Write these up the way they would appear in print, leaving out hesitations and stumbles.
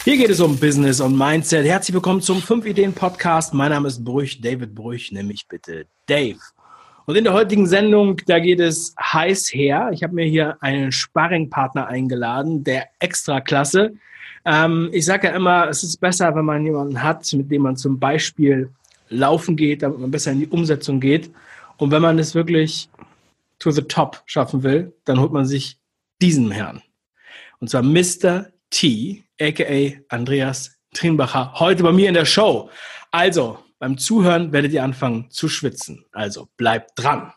Hier geht es um Business und Mindset. Herzlich willkommen zum 5-Ideen-Podcast. Mein Name ist Brüch, David Brüch, nenn mich bitte Dave. Und in der heutigen Sendung, da geht es heiß her. Ich habe mir hier einen Sparringpartner eingeladen, der Extraklasse. Ich sage ja immer, es ist besser, wenn man jemanden hat, mit dem man zum Beispiel laufen geht, damit man besser in die Umsetzung geht. Und wenn man es wirklich to the top schaffen will, dann holt man sich diesen Herrn. Und zwar Mr. T, a.k.a. Andreas Trienbacher, heute bei mir in der Show. Also, beim Zuhören werdet ihr anfangen zu schwitzen. Also, bleibt dran.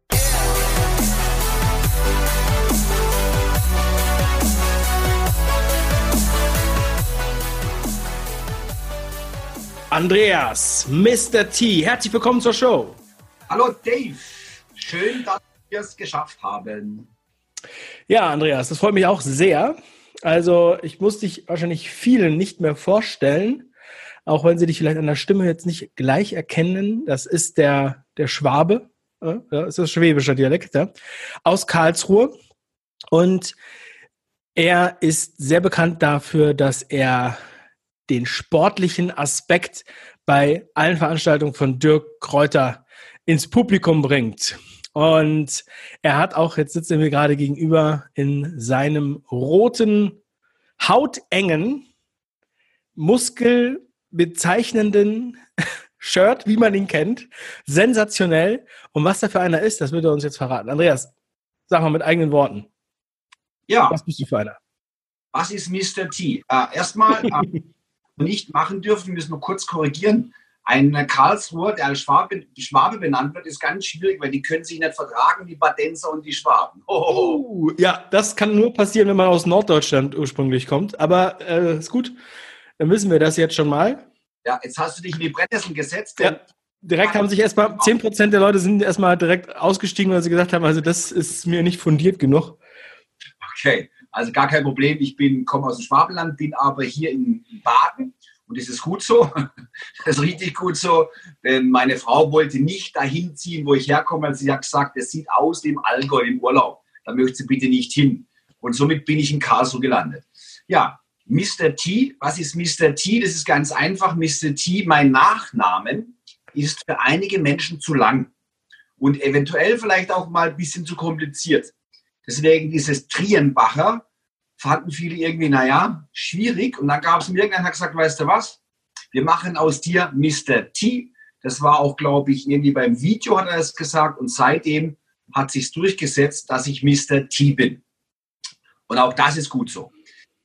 Andreas, Mr. T, herzlich willkommen zur Show. Hallo Dave, schön, dass wir es geschafft haben. Ja, Andreas, das freut mich auch sehr. Also ich muss dich wahrscheinlich vielen nicht mehr vorstellen, auch wenn sie dich vielleicht an der Stimme jetzt nicht gleich erkennen. Das ist der Schwabe, das ist das schwäbische Dialekt, ja, aus Karlsruhe. Und er ist sehr bekannt dafür, dass er den sportlichen Aspekt bei allen Veranstaltungen von Dirk Kräuter ins Publikum bringt. Und er hat auch, jetzt sitzt er mir gerade gegenüber, in seinem roten, hautengen, muskelbezeichnenden Shirt, wie man ihn kennt, sensationell. Und was da für einer ist, das wird er uns jetzt verraten. Andreas, sag mal mit eigenen Worten. Ja. Was bist du für einer? Was ist Mr. T? Erstmal nicht machen dürfen, müssen wir kurz korrigieren. Ein Karlsruher, der als Schwabe benannt wird, ist ganz schwierig, weil die können sich nicht vertragen, die Badenser und die Schwaben. Ja, das kann nur passieren, wenn man aus Norddeutschland ursprünglich kommt. Aber ist gut, dann wissen wir das jetzt schon mal. Ja, jetzt hast du dich in die Brennnesseln gesetzt. Ja, direkt haben sich erstmal 10% der Leute sind erstmal direkt ausgestiegen, weil sie gesagt haben, also das ist mir nicht fundiert genug. Okay, also gar kein Problem. Ich komme aus dem Schwabenland, bin aber hier in Baden. Und das ist gut so, das ist richtig gut so, denn meine Frau wollte nicht dahin ziehen, wo ich herkomme, weil sie hat gesagt, es sieht aus wie im Allgäu im Urlaub, da möchte sie bitte nicht hin. Und somit bin ich in Karlsruhe gelandet. Ja, Mr. T, was ist Mr. T? Das ist ganz einfach, Mr. T, mein Nachnamen, ist für einige Menschen zu lang und eventuell vielleicht auch mal ein bisschen zu kompliziert. Deswegen dieses Trienbacher fanden viele irgendwie, schwierig. Und dann gab es mir irgendwann, hat gesagt, weißt du was, wir machen aus dir Mr. T. Das war auch, glaube ich, irgendwie beim Video hat er das gesagt. Und seitdem hat sich durchgesetzt, dass ich Mr. T bin. Und auch das ist gut so.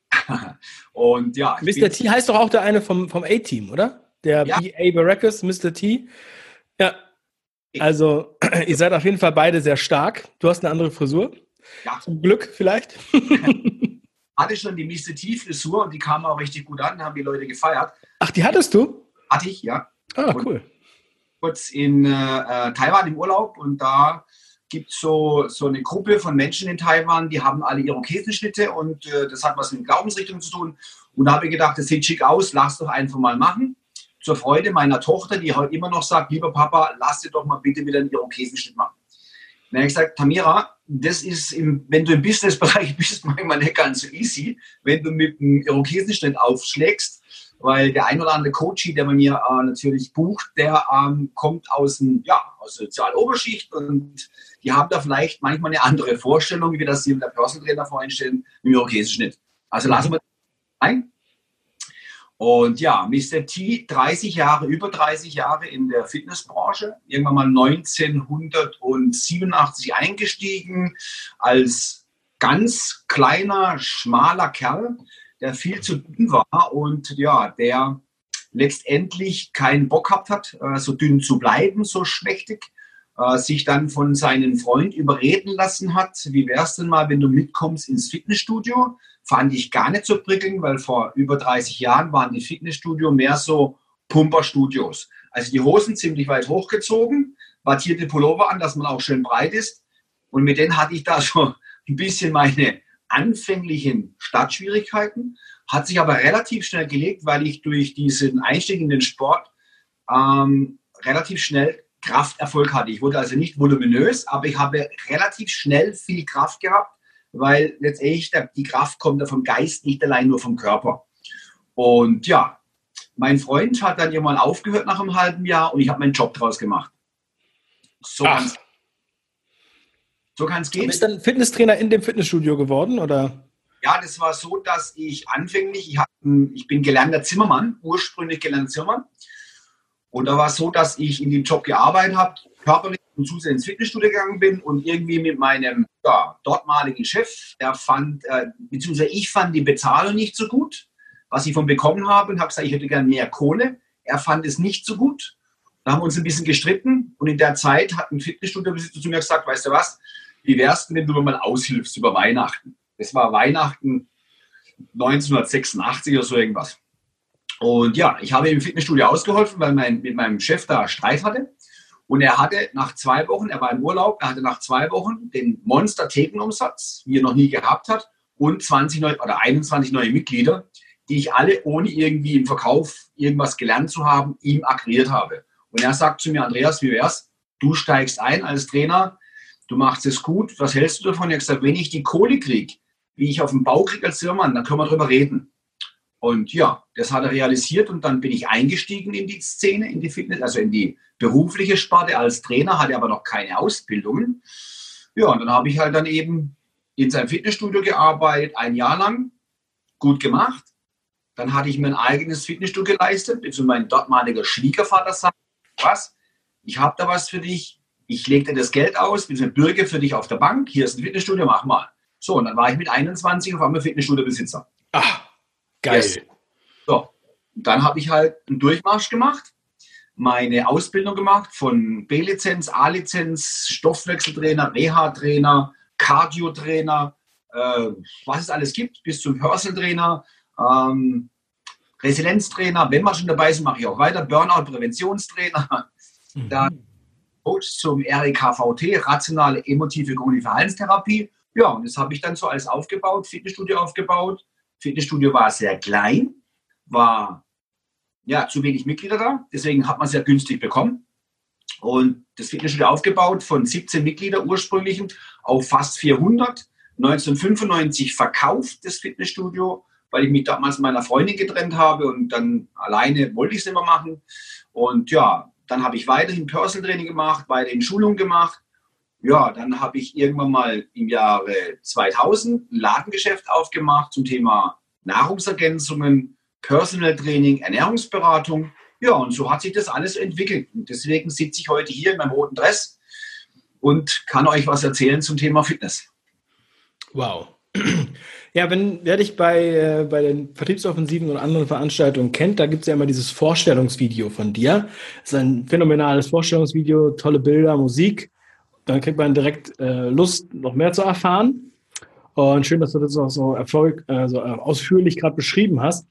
Und ja. Mr. T heißt doch auch der eine vom A-Team, oder? Der ja. B.A. Baracus, Mr. T. Ja, also ihr seid auf jeden Fall beide sehr stark. Du hast eine andere Frisur. Ja. Zum Glück vielleicht. Hatte schon die Mr. T-Frisur und die kam auch richtig gut an, haben die Leute gefeiert. Ach, die hattest du? Hatte ich, ja. Ah, cool. Kurz in Taiwan im Urlaub und da gibt es so eine Gruppe von Menschen in Taiwan, die haben alle Irokesenschnitte und das hat was mit Glaubensrichtung zu tun. Und da habe ich gedacht, das sieht schick aus, lass doch einfach mal machen. Zur Freude meiner Tochter, die heute immer noch sagt, lieber Papa, lass dir doch mal bitte wieder einen Irokesenschnitt machen. Dann habe ich gesagt, Tamira, das ist, wenn du im Businessbereich bist, manchmal nicht ganz so easy, wenn du mit einem Irokesenschnitt aufschlägst, weil der ein oder andere Coach, der bei mir natürlich bucht, der kommt aus der Sozialoberschicht und die haben da vielleicht manchmal eine andere Vorstellung, wie wir das hier mit der Personal Trainer vorstellen, mit dem Irokesenschnitt. Also lassen wir das ein. Und ja, Mr. T, über 30 Jahre in der Fitnessbranche, irgendwann mal 1987 eingestiegen, als ganz kleiner, schmaler Kerl, der viel zu dünn war und ja, der letztendlich keinen Bock gehabt hat, so dünn zu bleiben, so schmächtig, sich dann von seinem Freund überreden lassen hat, wie wär's denn mal, wenn du mitkommst ins Fitnessstudio? Fand ich gar nicht so prickelnd, weil vor über 30 Jahren waren die Fitnessstudio mehr so Pumperstudios. Also die Hosen ziemlich weit hochgezogen, wattierte Pullover an, dass man auch schön breit ist. Und mit denen hatte ich da so ein bisschen meine anfänglichen Startschwierigkeiten, hat sich aber relativ schnell gelegt, weil ich durch diesen Einstieg in den Sport relativ schnell Krafterfolg hatte. Ich wurde also nicht voluminös, aber ich habe relativ schnell viel Kraft gehabt, weil letztendlich die Kraft kommt ja vom Geist, nicht allein nur vom Körper. Und ja, mein Freund hat dann irgendwann aufgehört nach einem halben Jahr und ich habe meinen Job draus gemacht. So kann es gehen. Du bist dann Fitnesstrainer in dem Fitnessstudio geworden, oder? Ja, das war so, dass ich anfänglich, ich bin gelernter Zimmermann, ursprünglich gelernter Zimmermann. Und da war es so, dass ich in dem Job gearbeitet habe, körperlich und zusätzlich ins Fitnessstudio gegangen bin und irgendwie mit meinem dortmaligen Chef, beziehungsweise ich fand die Bezahlung nicht so gut, was ich von bekommen habe, und habe gesagt, ich hätte gerne mehr Kohle. Er fand es nicht so gut. Da haben wir uns ein bisschen gestritten und in der Zeit hat ein Fitnessstudio-Besitzer zu mir gesagt, weißt du was, wie wär's denn, wenn du mir mal aushilfst über Weihnachten? Das war Weihnachten 1986 oder so irgendwas. Und ja, ich habe im Fitnessstudio ausgeholfen, weil mit meinem Chef da Streit hatte. Und er hatte nach 2 Wochen, er war im Urlaub, er hatte nach 2 Wochen den Monster-Thekenumsatz, wie er noch nie gehabt hat, und 21 neue Mitglieder, die ich alle ohne irgendwie im Verkauf irgendwas gelernt zu haben, ihm akquiriert habe. Und er sagt zu mir, Andreas, wie wär's? Du steigst ein als Trainer, du machst es gut, was hältst du davon? Er hat gesagt, wenn ich die Kohle kriege, wie ich auf dem Bau kriege als Zimmermann, dann können wir drüber reden. Und ja, das hat er realisiert und dann bin ich eingestiegen in die Szene, in die Fitness, also in die berufliche Sparte als Trainer, hatte aber noch keine Ausbildungen. Ja, und dann habe ich halt dann eben in seinem Fitnessstudio gearbeitet, 1 Jahr lang, gut gemacht. Dann hatte ich mir ein eigenes Fitnessstudio geleistet, beziehungsweise mein dortmaliger Schwiegervater sagt, was, ich habe da was für dich, ich lege dir das Geld aus, beziehungsweise bürge für dich auf der Bank, hier ist ein Fitnessstudio, mach mal. So, und dann war ich mit 21 auf einmal Fitnessstudio-Besitzer. Ach, geil. Yes. So, und dann habe ich halt einen Durchmarsch gemacht, meine Ausbildung gemacht von B-Lizenz, A-Lizenz, Stoffwechseltrainer, Reha-Trainer, Cardio-Trainer, was es alles gibt, bis zum Personal-Trainer, Resilienztrainer. Wenn wir schon dabei sind, mache ich auch weiter. Burnout-Präventionstrainer, dann Coach zum REKVT, rationale emotive kognitive Verhaltenstherapie. Ja, und das habe ich dann so alles aufgebaut, Fitnessstudio aufgebaut. Fitnessstudio war sehr klein, war ja zu wenig Mitglieder da, deswegen hat man es ja günstig bekommen. Und das Fitnessstudio aufgebaut von 17 Mitgliedern ursprünglichen auf fast 400. 1995 verkauft das Fitnessstudio, weil ich mich damals mit meiner Freundin getrennt habe und dann alleine wollte ich es nicht mehr machen. Und ja, dann habe ich weiterhin Personal Training gemacht, weiterhin Schulung gemacht. Ja, dann habe ich irgendwann mal im Jahre 2000 ein Ladengeschäft aufgemacht zum Thema Nahrungsergänzungen, Personal Training, Ernährungsberatung. Ja, und so hat sich das alles entwickelt. Und deswegen sitze ich heute hier in meinem roten Dress und kann euch was erzählen zum Thema Fitness. Wow. Ja, wer dich bei den Vertriebsoffensiven und anderen Veranstaltungen kennt, da gibt es ja immer dieses Vorstellungsvideo von dir. Das ist ein phänomenales Vorstellungsvideo, tolle Bilder, Musik. Dann kriegt man direkt Lust, noch mehr zu erfahren. Und schön, dass du das auch so ausführlich gerade beschrieben hast.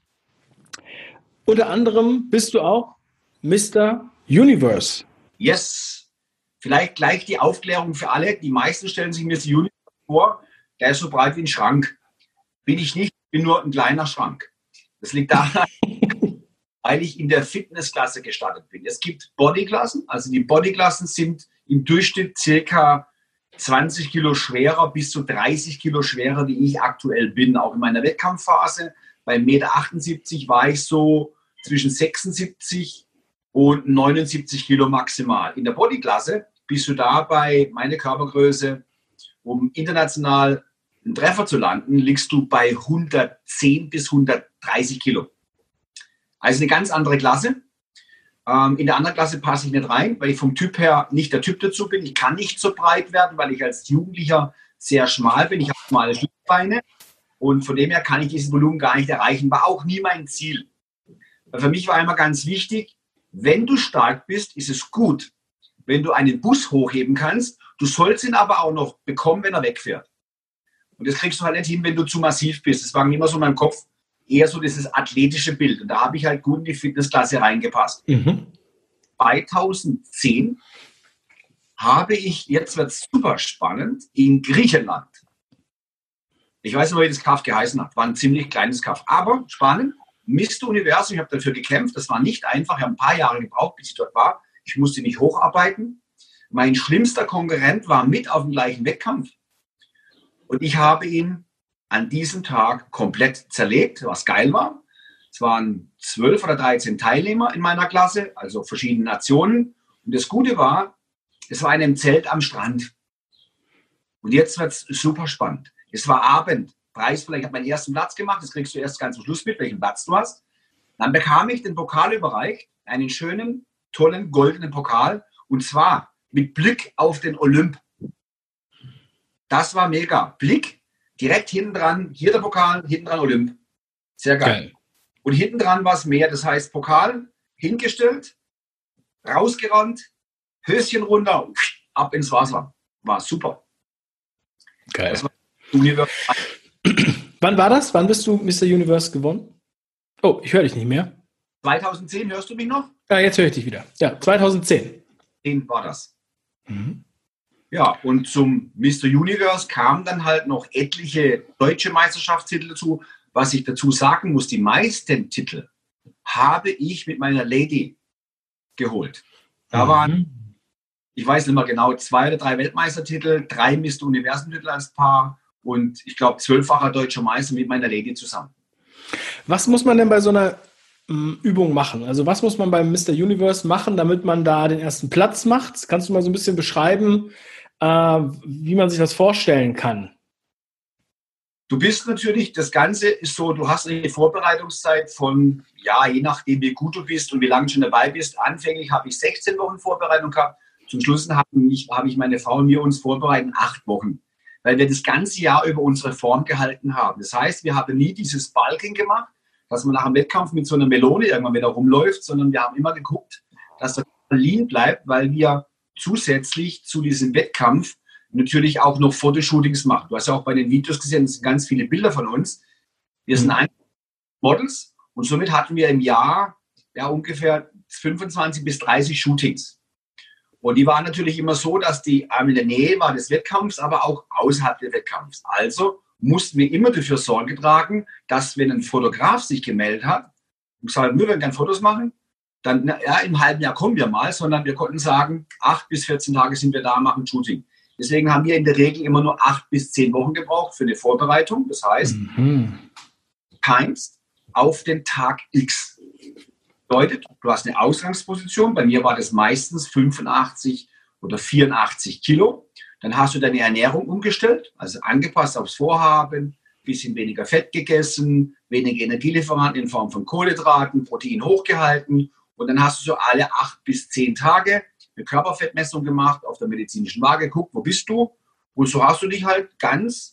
Unter anderem bist du auch Mr. Universe. Yes. Vielleicht gleich die Aufklärung für alle. Die meisten stellen sich Mr. Universe vor, der ist so breit wie ein Schrank. Bin ich nicht, bin nur ein kleiner Schrank. Das liegt daran, weil ich in der Fitnessklasse gestartet bin. Es gibt Bodyklassen, also die Bodyklassen sind im Durchschnitt circa 20 Kilo schwerer bis zu 30 Kilo schwerer, wie ich aktuell bin. Auch in meiner Wettkampfphase bei 1,78 m war ich so zwischen 76 und 79 Kilo maximal. In der Bodyklasse bist du da bei meiner Körpergröße, um international einen Treffer zu landen, liegst du bei 110 bis 130 Kilo. Also eine ganz andere Klasse. In der anderen Klasse passe ich nicht rein, weil ich vom Typ her nicht der Typ dazu bin. Ich kann nicht so breit werden, weil ich als Jugendlicher sehr schmal bin. Ich habe schmale Beine und von dem her kann ich diesen Volumen gar nicht erreichen. War auch nie mein Ziel. Weil für mich war immer ganz wichtig, wenn du stark bist, ist es gut, wenn du einen Bus hochheben kannst. Du sollst ihn aber auch noch bekommen, wenn er wegfährt. Und das kriegst du halt nicht hin, wenn du zu massiv bist. Das war immer so in meinem Kopf, eher so dieses athletische Bild. Und da habe ich halt gut in die Fitnessklasse reingepasst. 2010 habe ich, jetzt wird es super spannend, in Griechenland. Ich weiß nicht, wie das Kaff geheißen hat. War ein ziemlich kleines Kaff. Aber spannend, Mr. Universum, ich habe dafür gekämpft. Das war nicht einfach. Ich habe ein paar Jahre gebraucht, bis ich dort war. Ich musste mich hocharbeiten. Mein schlimmster Konkurrent war mit auf dem gleichen Wettkampf. Und ich habe ihn an diesem Tag komplett zerlegt, was geil war. Es waren 12 oder 13 Teilnehmer in meiner Klasse, also verschiedene Nationen. Und das Gute war, es war in einem Zelt am Strand. Und jetzt wird es super spannend. Es war Abend. Preisverleih, ich habe meinen ersten Platz gemacht. Das kriegst du erst ganz zum Schluss mit, welchen Platz du hast. Dann bekam ich den Pokal überreicht, einen schönen, tollen, goldenen Pokal. Und zwar mit Blick auf den Olymp. Das war mega. Blick, direkt hinten dran, hier der Pokal, hinten dran Olymp. Sehr geil. Und hinten dran war es mehr. Das heißt, Pokal hingestellt, rausgerannt, Höschen runter, ab ins Wasser. War super. Geil. Das war Wann war das? Wann bist du Mr. Universe gewonnen? Oh, ich höre dich nicht mehr. 2010, hörst du mich noch? Ja, jetzt höre ich dich wieder. Ja, 2010. 10 war das. Ja, und zum Mr. Universe kamen dann halt noch etliche deutsche Meisterschaftstitel dazu. Was ich dazu sagen muss, die meisten Titel habe ich mit meiner Lady geholt. Da waren, ich weiß nicht mehr genau, 2 oder 3 Weltmeistertitel, 3 Mr. Universum-Titel als Paar und ich glaube 12-facher deutscher Meister mit meiner Lady zusammen. Was muss man denn bei so einer Übung machen? Also was muss man beim Mr. Universe machen, damit man da den ersten Platz macht? Kannst du mal so ein bisschen beschreiben, wie man sich das vorstellen kann? Du bist natürlich, das Ganze ist so, du hast eine Vorbereitungszeit von, ja, je nachdem wie gut du bist und wie lange du schon dabei bist. Anfänglich habe ich 16 Wochen Vorbereitung gehabt. Zum Schluss habe ich meine Frau und mir uns vorbereitet 8 Wochen. Weil wir das ganze Jahr über unsere Form gehalten haben. Das heißt, wir haben nie dieses Bulking gemacht, dass man nach dem Wettkampf mit so einer Melone irgendwann wieder rumläuft, sondern wir haben immer geguckt, dass der Körper lean bleibt, weil wir zusätzlich zu diesem Wettkampf natürlich auch noch Fotoshootings machen. Du hast ja auch bei den Videos gesehen, es sind ganz viele Bilder von uns. Wir sind einfach Models und somit hatten wir im Jahr ja ungefähr 25 bis 30 Shootings. Und die waren natürlich immer so, dass die in der Nähe war des Wettkampfs, aber auch außerhalb des Wettkampfs. Also mussten wir immer dafür Sorge tragen, dass wenn ein Fotograf sich gemeldet hat und gesagt hat, wir würden gerne Fotos machen, dann ja, im halben Jahr kommen wir mal, sondern wir konnten sagen, 8 bis 14 Tage sind wir da, machen Shooting. Deswegen haben wir in der Regel immer nur 8 bis 10 Wochen gebraucht für eine Vorbereitung. Das heißt, timest auf den Tag X. Bedeutet, du hast eine Ausgangsposition, bei mir war das meistens 85 oder 84 Kilo. Dann hast du deine Ernährung umgestellt, also angepasst aufs Vorhaben, bisschen weniger Fett gegessen, weniger Energielieferanten in Form von Kohlenhydraten, Protein hochgehalten und dann hast du so alle 8 bis 10 Tage eine Körperfettmessung gemacht, auf der medizinischen Waage geguckt, wo bist du? Und so hast du dich halt ganz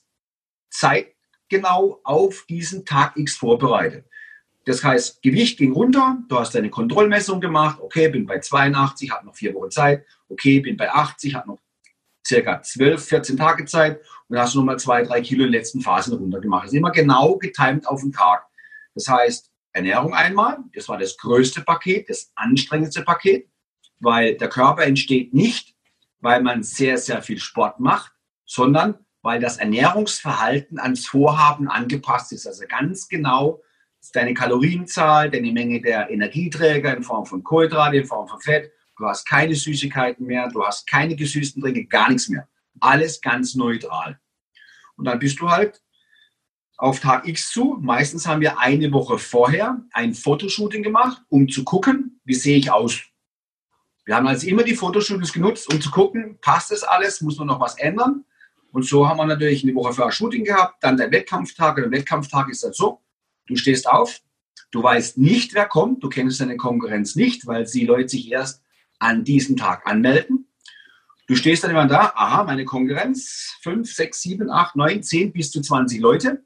zeitgenau auf diesen Tag X vorbereitet. Das heißt, Gewicht ging runter, du hast deine Kontrollmessung gemacht, okay, bin bei 82, habe noch 4 Wochen Zeit, okay, bin bei 80, habe noch circa 12, 14 Tage Zeit und dann hast du nochmal 2, 3 Kilo in den letzten Phasen runter gemacht. Das ist immer genau getimt auf den Tag. Das heißt, Ernährung einmal, das war das größte Paket, das anstrengendste Paket, weil der Körper entsteht nicht, weil man sehr, sehr viel Sport macht, sondern weil das Ernährungsverhalten ans Vorhaben angepasst ist. Also ganz genau deine Kalorienzahl, deine Menge der Energieträger in Form von Kohlenhydrate, in Form von Fett. Du hast keine Süßigkeiten mehr, du hast keine gesüßten Getränke, gar nichts mehr. Alles ganz neutral. Und dann bist du halt auf Tag X zu. Meistens haben wir eine Woche vorher ein Fotoshooting gemacht, um zu gucken, wie sehe ich aus. Wir haben also immer die Fotoshootings genutzt, um zu gucken, passt das alles, muss man noch was ändern. Und so haben wir natürlich eine Woche vorher Shooting gehabt, dann der Wettkampftag. Und der Wettkampftag ist dann so, du stehst auf, du weißt nicht, wer kommt, du kennst deine Konkurrenz nicht, weil die Leute sich erst an diesem Tag anmelden. Du stehst dann immer da, aha, meine Konkurrenz, 5, 6, 7, 8, 9, 10 bis zu 20 Leute.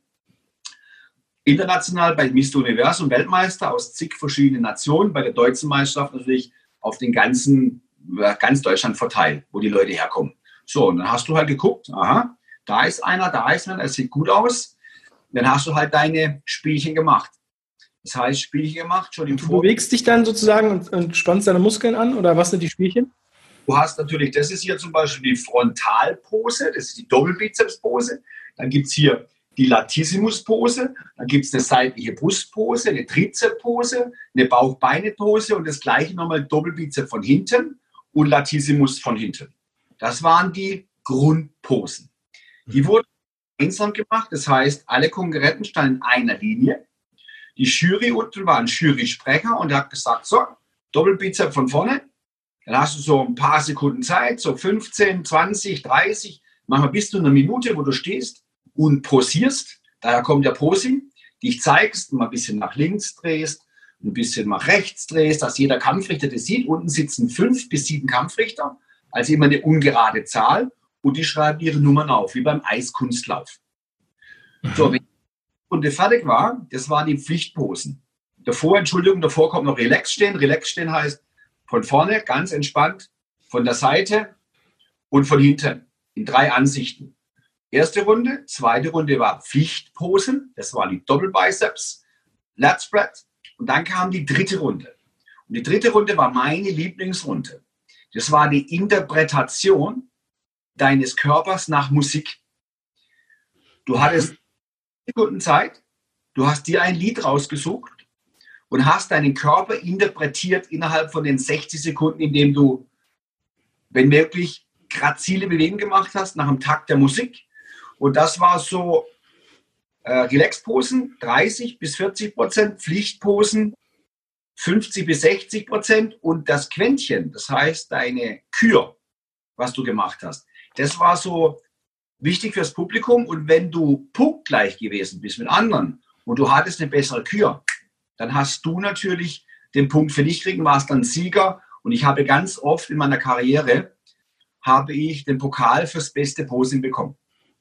International bei Mr. Universum Weltmeister aus zig verschiedenen Nationen, bei der deutschen Meisterschaft natürlich auf den ganz Deutschland verteilt, wo die Leute herkommen. So, und dann hast du halt geguckt, aha, da ist einer, das sieht gut aus. Dann hast du halt deine Spielchen gemacht. Das heißt, Spielchen gemacht, schon im Du bewegst dich dann sozusagen und spannst deine Muskeln an, oder was sind die Spielchen? Du hast natürlich, das ist hier zum Beispiel die Frontalpose, das ist die Doppelbizepspose. Dann gibt es hier die Latissimuspose, dann gibt es eine seitliche Brustpose, eine Trizepspose, eine Bauch-Beine-Pose und das gleiche nochmal Doppelbizeps von hinten und Latissimus von hinten. Das waren die Grundposen. Die wurden gemeinsam gemacht, das heißt, alle Konkurrenten standen in einer Linie. die Jury unten war ein Jury-Sprecher und der hat gesagt, so, Doppelbizep von vorne. Dann hast du so ein paar Sekunden Zeit, so 15, 20, 30, manchmal bis zu einer Minute, wo du stehst und posierst. Daher kommt der Posing, dich zeigst, mal ein bisschen nach links drehst, ein bisschen nach rechts drehst, dass jeder Kampfrichter das sieht. Unten sitzen 5 bis 7 Kampfrichter, also immer eine ungerade Zahl und die schreiben ihre Nummern auf, wie beim Eiskunstlauf. So, wenn die Runde fertig war, das waren die Pflichtposen. Davor kommt noch Relax stehen. Relax stehen heißt von vorne, ganz entspannt, von der Seite und von hinten in 3 Ansichten. Erste Runde, zweite Runde war Pflichtposen, das waren die Doppelbiceps, Lat Spread und dann kam die dritte Runde. Und die dritte Runde war meine Lieblingsrunde. Das war die Interpretation deines Körpers nach Musik. Du hattest Sekunden Zeit, du hast dir ein Lied rausgesucht und hast deinen Körper interpretiert innerhalb von den 60 Sekunden, indem du, wenn möglich, grazile Bewegungen gemacht hast nach dem Takt der Musik. Und das war so Relaxposen 30 bis 40%, Pflichtposen 50 bis 60% und das Quäntchen, das heißt deine Kür, was du gemacht hast, das war so wichtig fürs Publikum. Und wenn du punktgleich gewesen bist mit anderen und du hattest eine bessere Kür, dann hast du natürlich den Punkt für dich kriegen, warst dann Sieger. Und ich habe ganz oft in meiner Karriere den Pokal fürs beste Posing bekommen.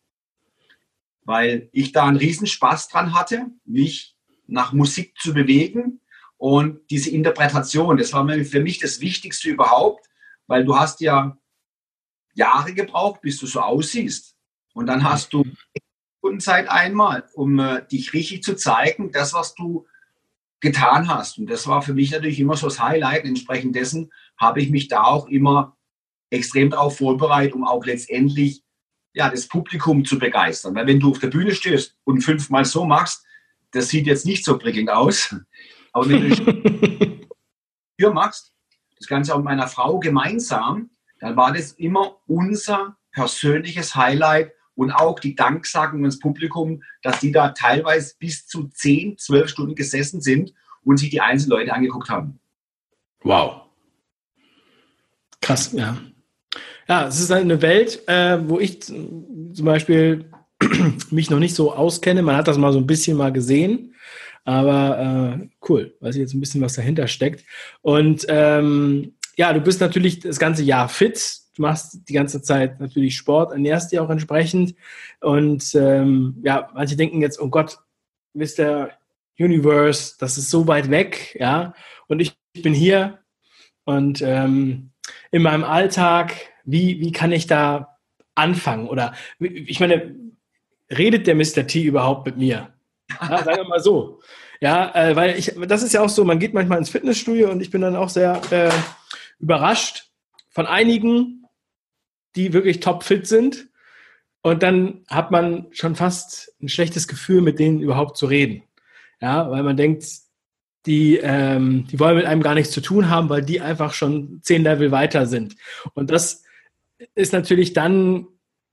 Weil ich da einen Riesenspaß dran hatte, mich nach Musik zu bewegen und diese Interpretation, das war für mich das Wichtigste überhaupt, weil du hast ja Jahre gebraucht, bis du so aussiehst. Und dann hast du Zeit einmal, um dich richtig zu zeigen, das, was du getan hast. Und das war für mich natürlich immer so das Highlight. Entsprechend dessen habe ich mich da auch immer extrem darauf vorbereitet, um auch letztendlich das Publikum zu begeistern. Weil wenn du auf der Bühne stehst und 5-mal so machst, das sieht jetzt nicht so prickelnd aus. Aber wenn du hier machst, das Ganze auch mit meiner Frau gemeinsam, dann war das immer unser persönliches Highlight und auch die Danksagung ins Publikum, dass die da teilweise bis zu 10, 12 Stunden gesessen sind und sich die einzelnen Leute angeguckt haben. Wow. Krass, ja. Ja, es ist eine Welt, wo ich zum Beispiel mich noch nicht so auskenne. Man hat das mal so ein bisschen mal gesehen, aber cool, weiß ich jetzt ein bisschen, was dahinter steckt. Und du bist natürlich das ganze Jahr fit. Du machst die ganze Zeit natürlich Sport, ernährst dich auch entsprechend. Und manche denken jetzt, oh Gott, Mr. Universe, das ist so weit weg, ja. Und ich bin hier und in meinem Alltag, wie kann ich da anfangen? Oder ich meine, redet der Mr. T überhaupt mit mir? Ja, sagen wir mal so. Ja, weil das ist ja auch so, man geht manchmal ins Fitnessstudio und ich bin dann auch sehr überrascht von einigen, die wirklich topfit sind. Und dann hat man schon fast ein schlechtes Gefühl, mit denen überhaupt zu reden. Ja, weil man denkt, die wollen mit einem gar nichts zu tun haben, weil die einfach schon 10 Level weiter sind. Und das ist natürlich dann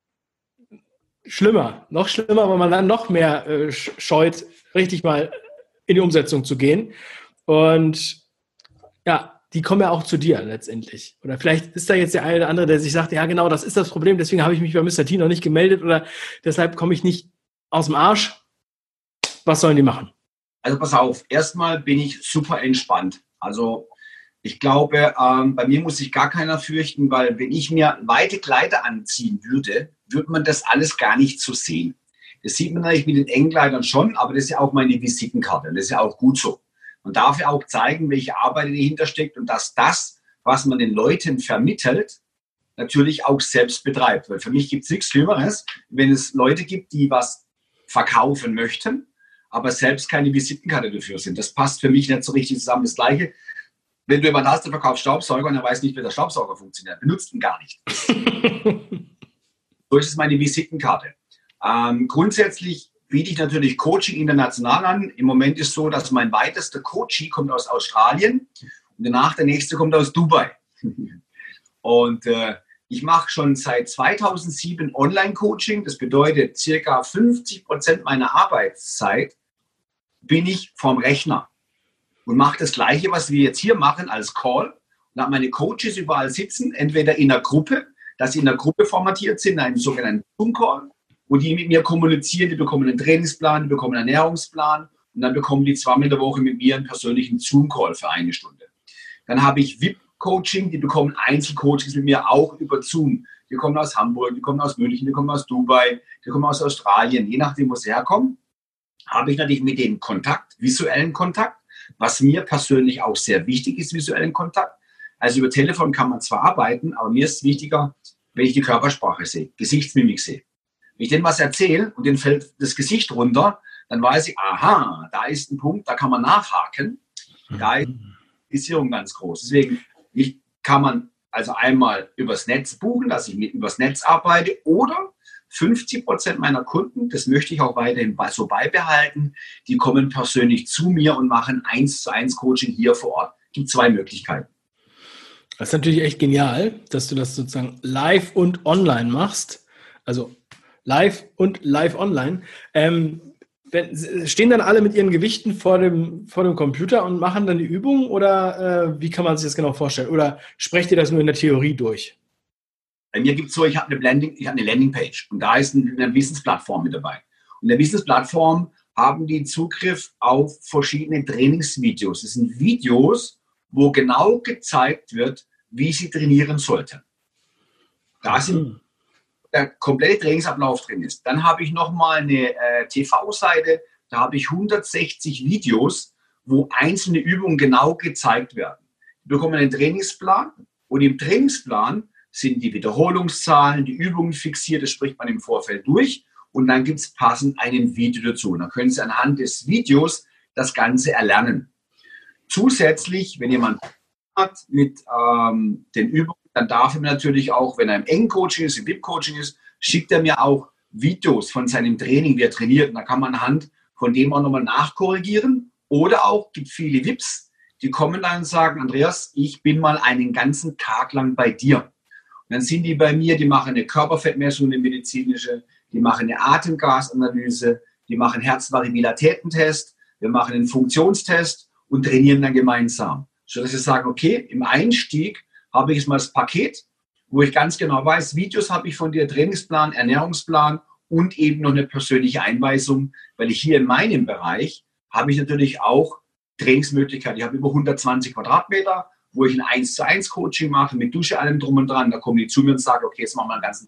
noch schlimmer, weil man dann noch mehr scheut, richtig mal in die Umsetzung zu gehen. Und ja, die kommen ja auch zu dir letztendlich. Oder vielleicht ist da jetzt der eine oder andere, der sich sagt, ja genau, das ist das Problem, deswegen habe ich mich bei Mr. T noch nicht gemeldet oder deshalb komme ich nicht aus dem Arsch. Was sollen die machen? Also pass auf, erstmal bin ich super entspannt. Also ich glaube, bei mir muss sich gar keiner fürchten, weil wenn ich mir weite Kleider anziehen würde, würde man das alles gar nicht so sehen. Das sieht man natürlich mit den engen Kleidern schon, aber das ist ja auch meine Visitenkarte. Das ist ja auch gut so. Man darf ja auch zeigen, welche Arbeit dahinter steckt und dass das, was man den Leuten vermittelt, natürlich auch selbst betreibt. Weil für mich gibt es nichts Schlimmeres, wenn es Leute gibt, die was verkaufen möchten, aber selbst keine Visitenkarte dafür sind. Das passt für mich nicht so richtig zusammen. Das Gleiche, wenn du jemanden hast, der verkauft Staubsauger und er weiß nicht, wie der Staubsauger funktioniert, benutzt ihn gar nicht. So ist es meine Visitenkarte. Grundsätzlich biete ich natürlich Coaching international an. Im Moment ist es so, dass mein weitester Coachie kommt aus Australien und danach der nächste kommt aus Dubai. Und ich mache schon seit 2007 Online-Coaching. Das bedeutet, circa 50% meiner Arbeitszeit bin ich vorm Rechner und mache das Gleiche, was wir jetzt hier machen als Call. Und habe meine Coaches überall sitzen, entweder in der Gruppe, dass sie in der Gruppe formatiert sind, in einem sogenannten Zoom-Call, wo die mit mir kommunizieren, die bekommen einen Trainingsplan, die bekommen einen Ernährungsplan und dann bekommen die zweimal in der Woche mit mir einen persönlichen Zoom-Call für 1 Stunde. Dann habe ich VIP-Coaching, die bekommen Einzelcoachings mit mir auch über Zoom. Die kommen aus Hamburg, die kommen aus München, die kommen aus Dubai, die kommen aus Australien. Je nachdem, wo sie herkommen, habe ich natürlich mit denen Kontakt, visuellen Kontakt, was mir persönlich auch sehr wichtig ist, visuellen Kontakt. Also über Telefon kann man zwar arbeiten, aber mir ist wichtiger, wenn ich die Körpersprache sehe, Gesichtsmimik sehe. Wenn ich denen was erzähle und denen fällt das Gesicht runter, dann weiß ich, aha, da ist ein Punkt, da kann man nachhaken. Da ist die Sicherung ganz groß. Deswegen kann man also einmal übers Netz buchen, dass ich übers Netz arbeite, oder 50% meiner Kunden, das möchte ich auch weiterhin so beibehalten, die kommen persönlich zu mir und machen 1:1 Coaching hier vor Ort. Es gibt 2 Möglichkeiten. Das ist natürlich echt genial, dass du das sozusagen live und online machst. Also live und live online. Stehen dann alle mit ihren Gewichten vor dem Computer und machen dann die Übung, oder wie kann man sich das genau vorstellen? Oder sprecht ihr das nur in der Theorie durch? Bei mir gibt es so, ich habe eine Landingpage und da ist eine Wissensplattform mit dabei. Und in der Wissensplattform haben die Zugriff auf verschiedene Trainingsvideos. Das sind Videos, wo genau gezeigt wird, wie sie trainieren sollten. Da sind der komplette Trainingsablauf drin ist. Dann habe ich nochmal eine TV-Seite, da habe ich 160 Videos, wo einzelne Übungen genau gezeigt werden. Wir bekommen einen Trainingsplan und im Trainingsplan sind die Wiederholungszahlen, die Übungen fixiert, das spricht man im Vorfeld durch und dann gibt es passend ein Video dazu. Und dann können Sie anhand des Videos das Ganze erlernen. Zusätzlich, wenn jemand hat mit den Übungen, dann darf er mir natürlich auch, wenn er im engen Coaching ist, im VIP-Coaching ist, schickt er mir auch Videos von seinem Training, wie er trainiert. Und da kann man anhand von dem auch nochmal nachkorrigieren. Oder auch, gibt viele VIPs, die kommen dann und sagen, Andreas, ich bin mal einen ganzen Tag lang bei dir. Und dann sind die bei mir, die machen eine Körperfettmessung, eine medizinische, die machen eine Atemgasanalyse, die machen Herzvariabilitätentest, wir machen einen Funktionstest und trainieren dann gemeinsam. Sodass sie sagen, okay, im Einstieg habe ich jetzt mal das Paket, wo ich ganz genau weiß, Videos habe ich von dir, Trainingsplan, Ernährungsplan und eben noch eine persönliche Einweisung, weil ich hier in meinem Bereich habe ich natürlich auch Trainingsmöglichkeiten. Ich habe über 120 Quadratmeter, wo ich ein 1:1 Coaching mache, mit Dusche, allem drum und dran. Da kommen die zu mir und sagen, okay, jetzt machen wir einen ganzen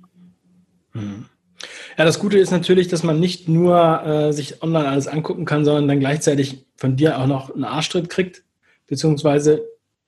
Tag. Ja, das Gute ist natürlich, dass man nicht nur sich online alles angucken kann, sondern dann gleichzeitig von dir auch noch einen Arschtritt kriegt, beziehungsweise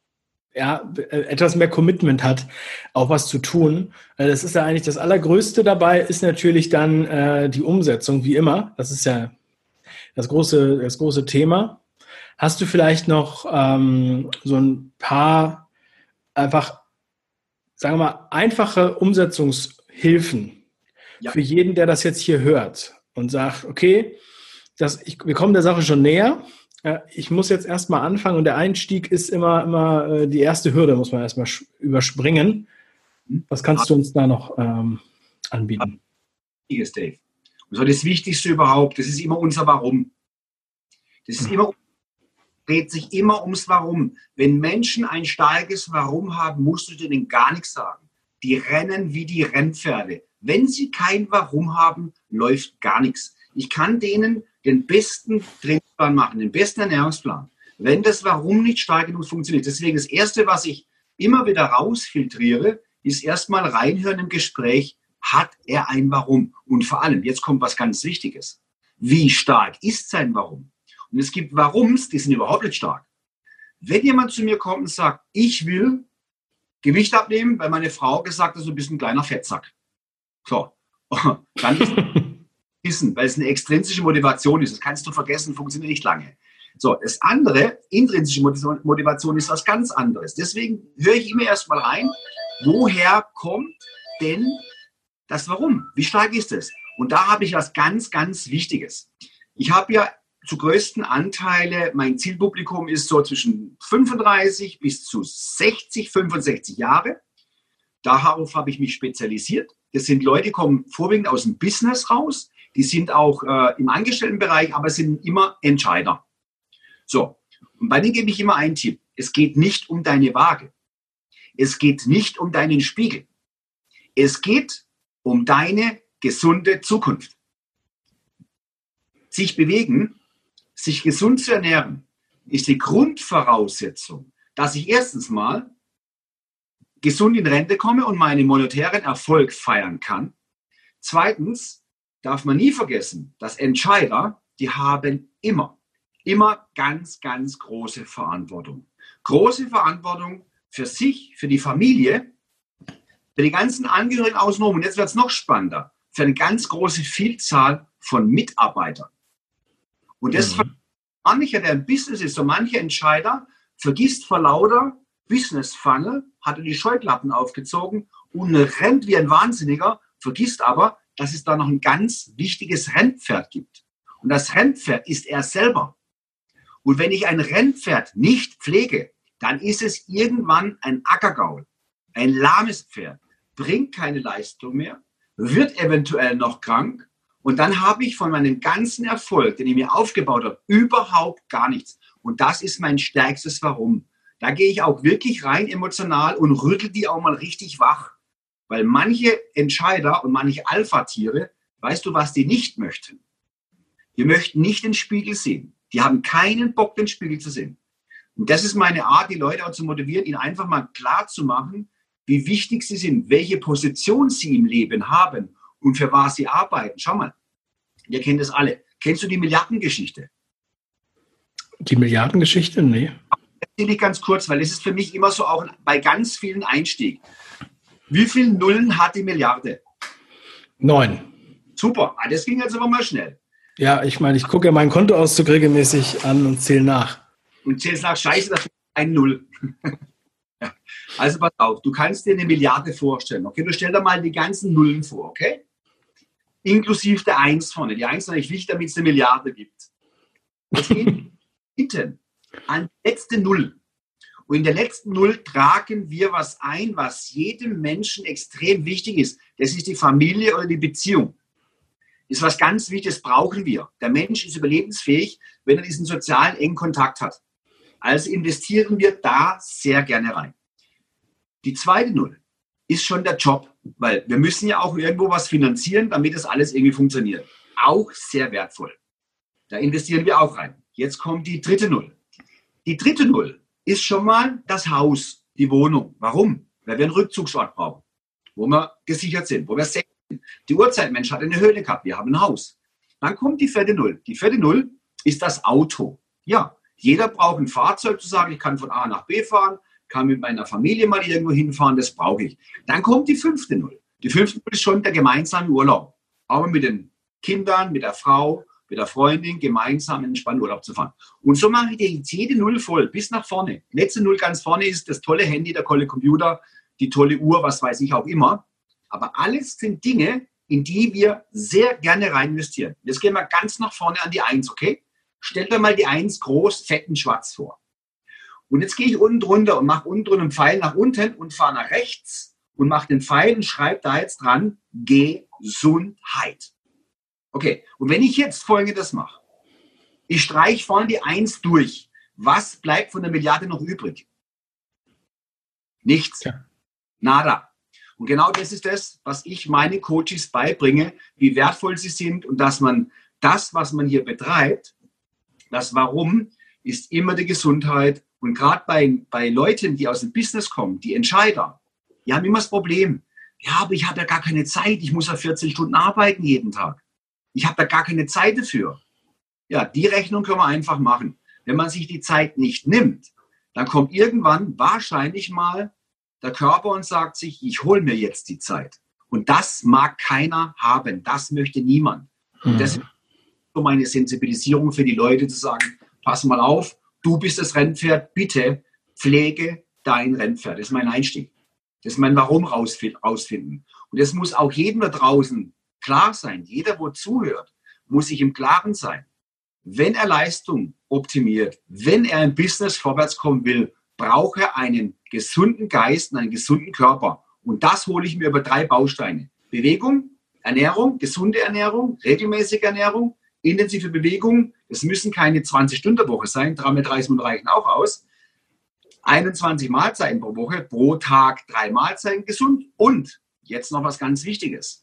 etwas mehr Commitment hat, auch was zu tun. Das ist ja eigentlich das Allergrößte dabei, ist natürlich dann die Umsetzung, wie immer. Das ist ja das große Thema. Hast du vielleicht noch so ein paar einfach, sagen wir mal, einfache Umsetzungshilfen für jeden, der das jetzt hier hört und sagt, okay, wir kommen der Sache schon näher. Ich muss jetzt erstmal anfangen und der Einstieg ist immer die erste Hürde, muss man erstmal überspringen. Was kannst du uns da noch anbieten? Dave. Also das Wichtigste überhaupt, das ist immer unser Warum. Dreht sich immer ums Warum. Wenn Menschen ein starkes Warum haben, musst du denen gar nichts sagen. Die rennen wie die Rennpferde. Wenn sie kein Warum haben, läuft gar nichts. Ich kann denen den besten Trainingsplan machen, den besten Ernährungsplan. Wenn das Warum nicht stark genug funktioniert. Deswegen das Erste, was ich immer wieder rausfiltriere, ist erstmal reinhören im Gespräch, hat er ein Warum? Und vor allem, jetzt kommt was ganz Wichtiges. Wie stark ist sein Warum? Und es gibt Warums, die sind überhaupt nicht stark. Wenn jemand zu mir kommt und sagt, ich will Gewicht abnehmen, weil meine Frau gesagt hat, du bist ein kleiner Fettsack. So, dann ist Wissen, weil es eine extrinsische Motivation ist. Das kannst du vergessen, funktioniert nicht lange. So, das andere, intrinsische Motivation, ist was ganz anderes. Deswegen höre ich immer erst mal rein, woher kommt denn das Warum? Wie stark ist es? Und da habe ich was ganz, ganz Wichtiges. Ich habe ja zu größten Anteile, mein Zielpublikum ist so zwischen 35 bis zu 60, 65 Jahre. Darauf habe ich mich spezialisiert. Das sind Leute, die kommen vorwiegend aus dem Business raus. die sind auch im Angestelltenbereich, aber sind immer Entscheider. So, und bei denen gebe ich immer einen Tipp. Es geht nicht um deine Waage. Es geht nicht um deinen Spiegel. Es geht um deine gesunde Zukunft. Sich bewegen, sich gesund zu ernähren, ist die Grundvoraussetzung, dass ich erstens mal gesund in Rente komme und meinen monetären Erfolg feiern kann. Zweitens darf man nie vergessen, dass Entscheider, die haben immer ganz, ganz große Verantwortung. Große Verantwortung für sich, für die Familie, für die ganzen Angehörigen außenrum. Und jetzt wird es noch spannender, für eine ganz große Vielzahl von Mitarbeitern. Und das mancher, der im Business ist, so mancher Entscheider, vergisst vor lauter Business Funnel, hat er die Scheuklappen aufgezogen und rennt wie ein Wahnsinniger, vergisst aber, dass es da noch ein ganz wichtiges Rennpferd gibt. Und das Rennpferd ist er selber. Und wenn ich ein Rennpferd nicht pflege, dann ist es irgendwann ein Ackergaul, ein lahmes Pferd, bringt keine Leistung mehr, wird eventuell noch krank und dann habe ich von meinem ganzen Erfolg, den ich mir aufgebaut habe, überhaupt gar nichts. Und das ist mein stärkstes Warum. Da gehe ich auch wirklich rein emotional und rüttel die auch mal richtig wach. Weil manche Entscheider und manche Alpha-Tiere, weißt du, was die nicht möchten? Die möchten nicht den Spiegel sehen. Die haben keinen Bock, den Spiegel zu sehen. Und das ist meine Art, die Leute auch zu motivieren, ihnen einfach mal klar zu machen, wie wichtig sie sind, welche Position sie im Leben haben und für was sie arbeiten. Schau mal, ihr kennt das alle. Kennst du die Milliardengeschichte? Die Milliardengeschichte? Nee. Erzähle ich ganz kurz, weil das ist für mich immer so auch bei ganz vielen Einstieg. Wie viele Nullen hat die Milliarde? 9. Super, das ging jetzt aber mal schnell. Ja, ich meine, ich gucke ja meinen Kontoauszug regelmäßig an und zähle nach. Und zählst nach, scheiße, das ist ein Null. Also pass auf, du kannst dir eine Milliarde vorstellen. Okay, du stell dir mal die ganzen Nullen vor, okay? Inklusive der 1 vorne. Die 1 ist eigentlich wichtig, damit es eine Milliarde gibt. Jetzt gehen wir hinten an die letzte Null. Und in der letzten Null tragen wir was ein, was jedem Menschen extrem wichtig ist. Das ist die Familie oder die Beziehung. Das ist was ganz Wichtiges, brauchen wir. Der Mensch ist überlebensfähig, wenn er diesen sozialen engen Kontakt hat. Also investieren wir da sehr gerne rein. Die zweite Null ist schon der Job, weil wir müssen ja auch irgendwo was finanzieren, damit das alles irgendwie funktioniert. Auch sehr wertvoll. Da investieren wir auch rein. Jetzt kommt die dritte Null. Die dritte Null ist schon mal das Haus, die Wohnung. Warum? Weil wir einen Rückzugsort brauchen, wo wir gesichert sind, wo wir safe sind. Die Urzeitmensch hat eine Höhle gehabt, wir haben ein Haus. Dann kommt die vierte Null. Die vierte Null ist das Auto. Ja, jeder braucht ein Fahrzeug, zu sagen, ich kann von A nach B fahren, kann mit meiner Familie mal irgendwo hinfahren, das brauche ich. Dann kommt die fünfte Null. Die fünfte Null ist schon der gemeinsame Urlaub. Aber mit den Kindern, mit der Frau, mit der Freundin gemeinsam in den entspannten Urlaub zu fahren. Und so mache ich dir jetzt jede Null voll, bis nach vorne. Letzte Null ganz vorne ist das tolle Handy, der tolle Computer, die tolle Uhr, was weiß ich auch immer. Aber alles sind Dinge, in die wir sehr gerne rein investieren. Jetzt gehen wir ganz nach vorne an die 1, okay? Stell dir mal die 1 groß, fett und schwarz vor. Und jetzt gehe ich unten drunter und mache unten drunter einen Pfeil nach unten und fahre nach rechts und mache den Pfeil und schreibe da jetzt dran Gesundheit. Okay, und wenn ich jetzt Folgendes mache, ich streiche vorne die 1 durch, was bleibt von der Milliarde noch übrig? Nichts. Ja. Nada. Und genau das ist das, was ich meinen Coaches beibringe, wie wertvoll sie sind und dass man das, was man hier betreibt, das Warum ist immer die Gesundheit. Und gerade bei Leuten, die aus dem Business kommen, die Entscheider, die haben immer das Problem, ja, aber ich habe ja gar keine Zeit, ich muss ja 14 Stunden arbeiten jeden Tag. Ich habe da gar keine Zeit dafür. Ja, die Rechnung können wir einfach machen. Wenn man sich die Zeit nicht nimmt, dann kommt irgendwann wahrscheinlich mal der Körper und sagt sich, ich hole mir jetzt die Zeit. Und das mag keiner haben. Das möchte niemand. Und das ist so meine Sensibilisierung für die Leute, zu sagen, pass mal auf, du bist das Rennpferd, bitte pflege dein Rennpferd. Das ist mein Einstieg. Das ist mein Warum rausfinden. Und das muss auch jedem da draußen klar sein. Jeder, wo zuhört, muss sich im Klaren sein. Wenn er Leistung optimiert, wenn er im Business vorwärts kommen will, braucht er einen gesunden Geist und einen gesunden Körper. Und das hole ich mir über 3 Bausteine. Bewegung, Ernährung, gesunde Ernährung, regelmäßige Ernährung, intensive Bewegung. Es müssen keine 20-Stunden-Woche sein, 3x30 Minuten reichen auch aus. 21 Mahlzeiten pro Woche, pro Tag 3 Mahlzeiten gesund. Und jetzt noch was ganz Wichtiges.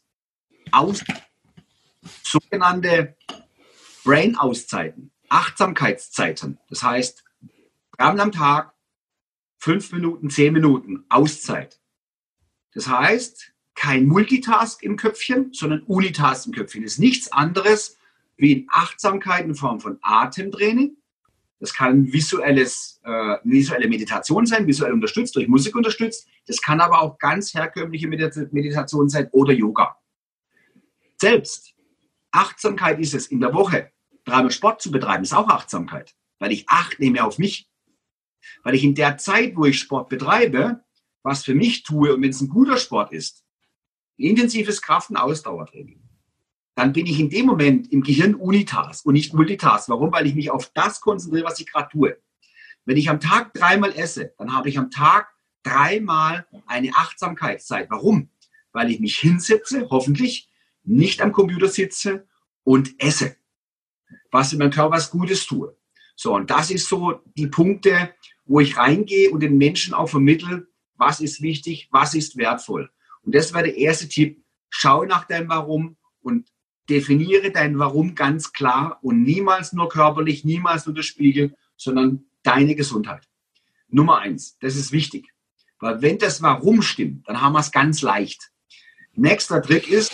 Sogenannte Brain-Auszeiten, Achtsamkeitszeiten. Das heißt, dreimal am Tag 5 Minuten, 10 Minuten Auszeit. Das heißt, kein Multitask im Köpfchen, sondern Unitask im Köpfchen. Das ist nichts anderes wie in Achtsamkeit in Form von Atemtraining. Das kann visuelle Meditation sein, visuell unterstützt, durch Musik unterstützt. Das kann aber auch ganz herkömmliche Meditation sein oder Yoga. Selbst Achtsamkeit ist es, in der Woche 3-mal Sport zu betreiben, ist auch Achtsamkeit, weil ich Acht nehme auf mich. Weil ich in der Zeit, wo ich Sport betreibe, was für mich tue, und wenn es ein guter Sport ist, intensives Kraft- und Ausdauertraining, dann bin ich in dem Moment im Gehirn Unitask und nicht Multitask. Warum? Weil ich mich auf das konzentriere, was ich gerade tue. Wenn ich am Tag 3-mal esse, dann habe ich am Tag 3-mal eine Achtsamkeitszeit. Warum? Weil ich mich hinsetze, hoffentlich, nicht am Computer sitze und esse. Was in meinem Körper was Gutes tue. So, und das ist so die Punkte, wo ich reingehe und den Menschen auch vermittle, was ist wichtig, was ist wertvoll. Und das wäre der erste Tipp. Schau nach deinem Warum und definiere dein Warum ganz klar und niemals nur körperlich, niemals nur der Spiegel, sondern deine Gesundheit. Nummer 1, das ist wichtig. Weil wenn das Warum stimmt, dann haben wir es ganz leicht. Nächster Trick ist,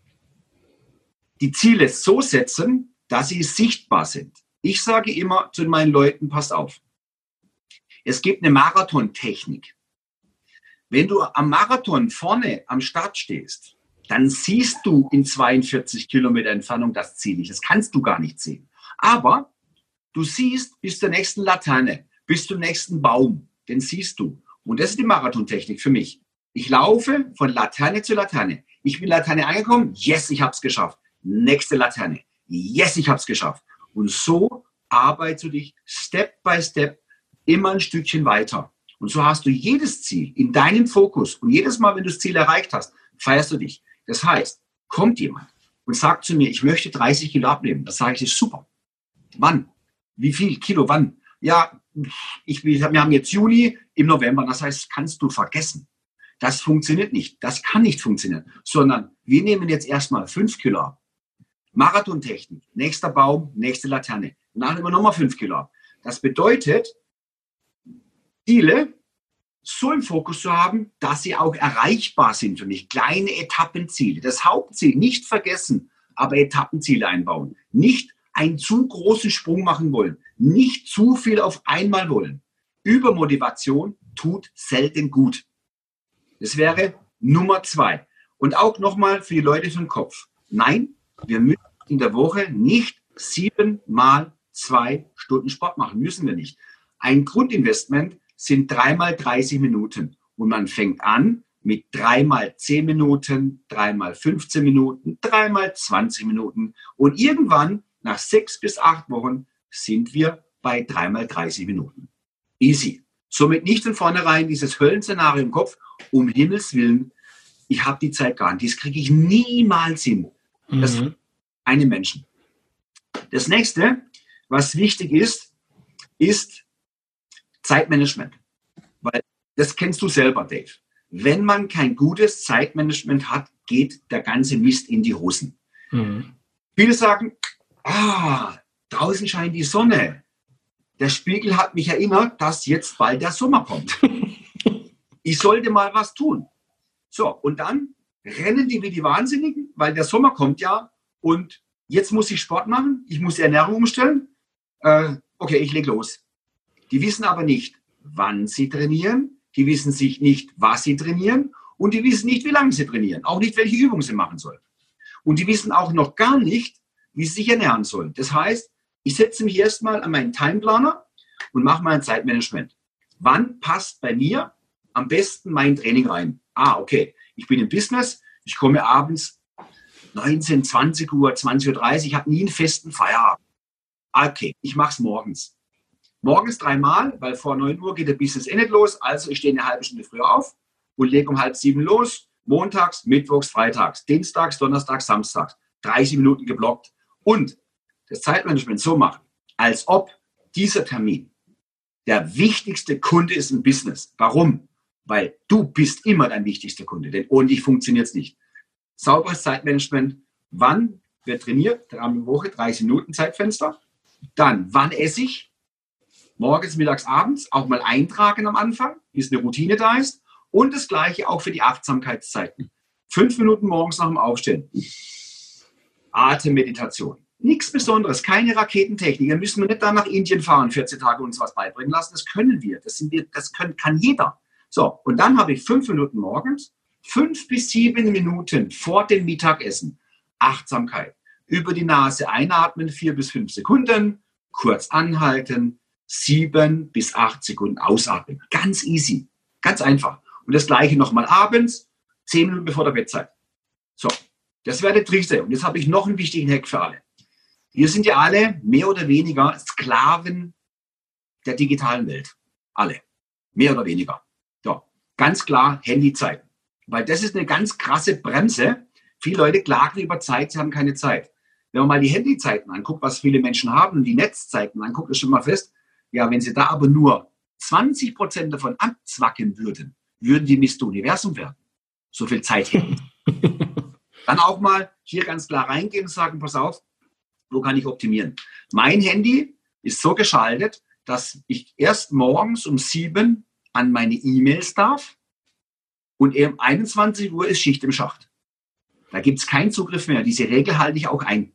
die Ziele so setzen, dass sie sichtbar sind. Ich sage immer zu meinen Leuten, passt auf. Es gibt eine Marathontechnik. Wenn du am Marathon vorne am Start stehst, dann siehst du in 42 Kilometer Entfernung das Ziel nicht. Das kannst du gar nicht sehen. Aber du siehst bis zur nächsten Laterne, bis zum nächsten Baum. Den siehst du. Und das ist die Marathontechnik für mich. Ich laufe von Laterne zu Laterne. Ich bin Laterne angekommen. Yes, ich habe es geschafft. Nächste Laterne. Yes, ich habe es geschafft. Und so arbeitest du dich Step by Step immer ein Stückchen weiter. Und so hast du jedes Ziel in deinem Fokus. Und jedes Mal, wenn du das Ziel erreicht hast, feierst du dich. Das heißt, kommt jemand und sagt zu mir, ich möchte 30 Kilo abnehmen. Das sage ich, das ist super. Wann? Wie viel Kilo? Wann? Ja, wir haben jetzt Juni, im November. Das heißt, kannst du vergessen. Das funktioniert nicht. Das kann nicht funktionieren. Sondern wir nehmen jetzt erstmal 5 Kilo ab. Marathontechnik. Nächster Baum, nächste Laterne. Danach nehmen wir nochmal 5 Kilo ab. Das bedeutet, Ziele so im Fokus zu haben, dass sie auch erreichbar sind für mich. Kleine Etappenziele. Das Hauptziel nicht vergessen, aber Etappenziele einbauen. Nicht einen zu großen Sprung machen wollen. Nicht zu viel auf einmal wollen. Übermotivation tut selten gut. Das wäre Nummer 2. Und auch nochmal für die Leute vom Kopf. Nein, wir müssen in der Woche nicht 7 mal 2 Stunden Sport machen. Müssen wir nicht. Ein Grundinvestment sind 3 mal 30 Minuten. Und man fängt an mit 3 mal 10 Minuten, 3 mal 15 Minuten, 3 mal 20 Minuten. Und irgendwann, nach 6 bis 8 Wochen, sind wir bei 3 mal 30 Minuten. Easy. Somit nicht von vornherein dieses Höllenszenario im Kopf, um Himmels Willen, ich habe die Zeit gar nicht. Das kriege ich niemals hin. Das einem Menschen. Das nächste, was wichtig ist, ist Zeitmanagement. Weil das kennst du selber, Dave. Wenn man kein gutes Zeitmanagement hat, geht der ganze Mist in die Hosen. Viele sagen, draußen scheint die Sonne. Der Spiegel hat mich erinnert, dass jetzt bald der Sommer kommt. Ich sollte mal was tun. So, und dann rennen die wie die Wahnsinnigen, weil der Sommer kommt ja und jetzt muss ich Sport machen, ich muss die Ernährung umstellen. Okay, ich lege los. Die wissen aber nicht, wann sie trainieren, die wissen sich nicht, was sie trainieren und die wissen nicht, wie lange sie trainieren, auch nicht, welche Übungen sie machen sollen. Und die wissen auch noch gar nicht, wie sie sich ernähren sollen. Das heißt, ich setze mich erstmal an meinen Timeplaner und mache mein Zeitmanagement. Wann passt bei mir am besten mein Training rein? Okay, ich bin im Business, ich komme abends 19, 20 Uhr, 20.30 Uhr, ich habe nie einen festen Feierabend. Okay, ich mache es morgens. Morgens 3 Mal, weil vor 9 Uhr geht der Business nicht los, also ich stehe eine halbe Stunde früher auf und lege um 6:30 los, montags, mittwochs, freitags, dienstags, donnerstags, samstags. 30 Minuten geblockt. Und das Zeitmanagement so machen, als ob dieser Termin der wichtigste Kunde ist im Business. Warum? Weil du bist immer dein wichtigster Kunde, denn ohne dich funktioniert es nicht. Sauberes Zeitmanagement. Wann wird trainiert? Dreimal in der Woche, 30 Minuten Zeitfenster. Dann, wann esse ich? Morgens, mittags, abends. Auch mal eintragen am Anfang, bis eine Routine da ist. Und das Gleiche auch für die Achtsamkeitszeiten. 5 Minuten morgens nach dem Aufstehen. Atemmeditation. Nichts Besonderes, keine Raketentechnik. Da müssen wir nicht dann nach Indien fahren, 14 Tage uns was beibringen lassen. Das können wir. Kann jeder. So, und dann habe ich 5 Minuten morgens, 5 bis 7 Minuten vor dem Mittagessen. Achtsamkeit. Über die Nase einatmen, 4 bis 5 Sekunden. Kurz anhalten, 7 bis 8 Sekunden ausatmen. Ganz easy, ganz einfach. Und das Gleiche nochmal abends, 10 Minuten bevor der Bettzeit. So, das wäre der dritte. Und jetzt habe ich noch einen wichtigen Hack für alle. Wir sind ja alle mehr oder weniger Sklaven der digitalen Welt. Alle. Mehr oder weniger. So, ganz klar Handyzeiten. Weil das ist eine ganz krasse Bremse. Viele Leute klagen über Zeit, sie haben keine Zeit. Wenn man mal die Handyzeiten anguckt, was viele Menschen haben, und die Netzzeiten anguckt, ist schon mal fest, ja, wenn sie da aber nur 20% davon abzwacken würden, würden die Mr. Universum werden. So viel Zeit hätten. Dann auch mal hier ganz klar reingehen und sagen, pass auf, wo kann ich optimieren? Mein Handy ist so geschaltet, dass ich erst morgens um 7 an meine E-Mails darf und um 21 Uhr ist Schicht im Schacht. Da gibt es keinen Zugriff mehr. Diese Regel halte ich auch ein.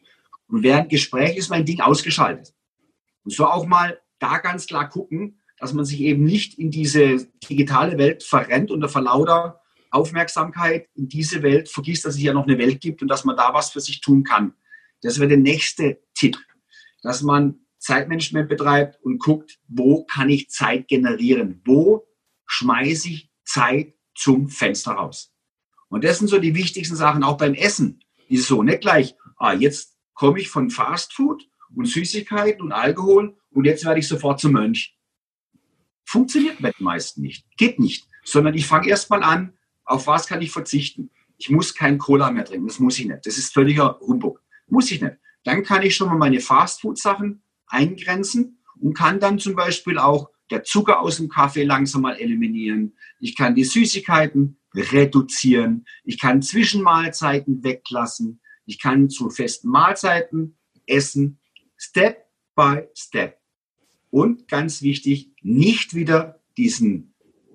Und während Gespräch ist mein Ding ausgeschaltet. Und so auch mal da ganz klar gucken, dass man sich eben nicht in diese digitale Welt verrennt unter verlauter Aufmerksamkeit in diese Welt vergisst, dass es ja noch eine Welt gibt und dass man da was für sich tun kann. Das wäre der nächste Tipp, dass man Zeitmanagement betreibt und guckt, wo kann ich Zeit generieren? Wo schmeiße ich Zeit zum Fenster raus? Und das sind so die wichtigsten Sachen, auch beim Essen. Ist so, nicht gleich, jetzt komme ich von Fastfood und Süßigkeiten und Alkohol und jetzt werde ich sofort zum Mönch. Funktioniert bei den meisten nicht, geht nicht. Sondern ich fange erst mal an, auf was kann ich verzichten? Ich muss kein Cola mehr trinken, das muss ich nicht. Das ist völliger Humbug. Muss ich nicht. Dann kann ich schon mal meine Fastfood-Sachen eingrenzen und kann dann zum Beispiel auch der Zucker aus dem Kaffee langsam mal eliminieren. Ich kann die Süßigkeiten reduzieren. Ich kann Zwischenmahlzeiten weglassen. Ich kann zu festen Mahlzeiten essen. Step by Step. Und ganz wichtig, nicht wieder diesen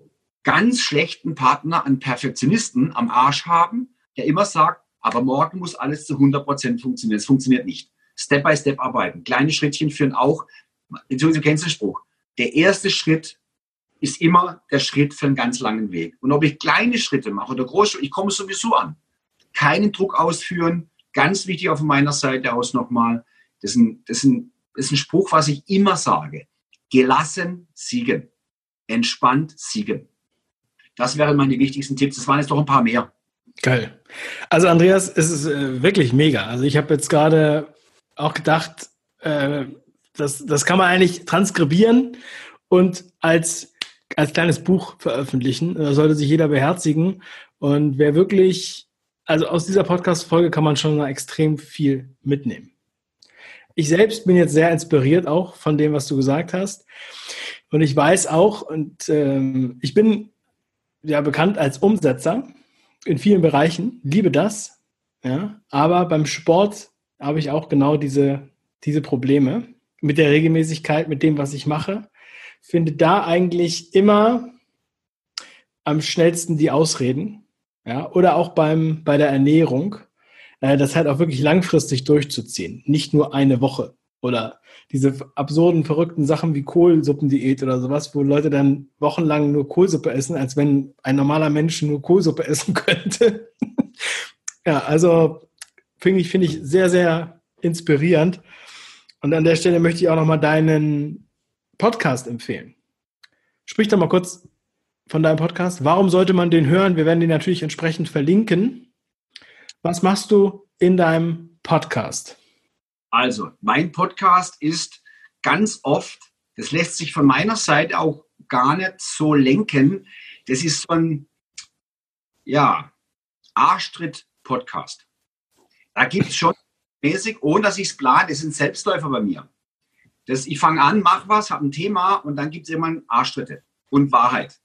ganz schlechten Partner an Perfektionisten am Arsch haben, der immer sagt, aber morgen muss alles zu 100% funktionieren. Es funktioniert nicht. Step by Step arbeiten. Kleine Schrittchen führen auch, du kennst den Spruch, der erste Schritt ist immer der Schritt für einen ganz langen Weg. Und ob ich kleine Schritte mache oder große, ich komme sowieso an. Keinen Druck ausführen. Ganz wichtig auf meiner Seite aus nochmal. Das ist ein Spruch, was ich immer sage. Gelassen siegen. Entspannt siegen. Das wären meine wichtigsten Tipps. Das waren jetzt noch ein paar mehr. Geil. Also Andreas, es ist wirklich mega. Also ich habe jetzt gerade auch gedacht, das kann man eigentlich transkribieren und als kleines Buch veröffentlichen. Da sollte sich jeder beherzigen. Und wer wirklich, also aus dieser Podcast-Folge kann man schon extrem viel mitnehmen. Ich selbst bin jetzt sehr inspiriert auch von dem, was du gesagt hast. Und ich weiß auch, und ich bin ja bekannt als Umsetzer in vielen Bereichen, liebe das. Ja, aber beim Sport habe ich auch genau diese Probleme mit der Regelmäßigkeit, mit dem, was ich mache. Finde da eigentlich immer am schnellsten die Ausreden. Ja, oder auch bei der Ernährung, das halt auch wirklich langfristig durchzuziehen. Nicht nur eine Woche. Oder diese absurden, verrückten Sachen wie Kohlsuppendiät oder sowas, wo Leute dann wochenlang nur Kohlsuppe essen, als wenn ein normaler Mensch nur Kohlsuppe essen könnte. Ja, also finde ich sehr, sehr inspirierend. Und an der Stelle möchte ich auch nochmal deinen Podcast empfehlen. Sprich doch mal kurz von deinem Podcast. Warum sollte man den hören? Wir werden den natürlich entsprechend verlinken. Was machst du in deinem Podcast? Also, mein Podcast ist ganz oft, das lässt sich von meiner Seite auch gar nicht so lenken. Das ist so ein Ja, Arschtritt-Podcast. Da gibt es schon mäßig, ohne dass ich es plane, das sind Selbstläufer bei mir. Ich fange an, mache was, habe ein Thema und dann gibt es immer Arschtritte und Wahrheit.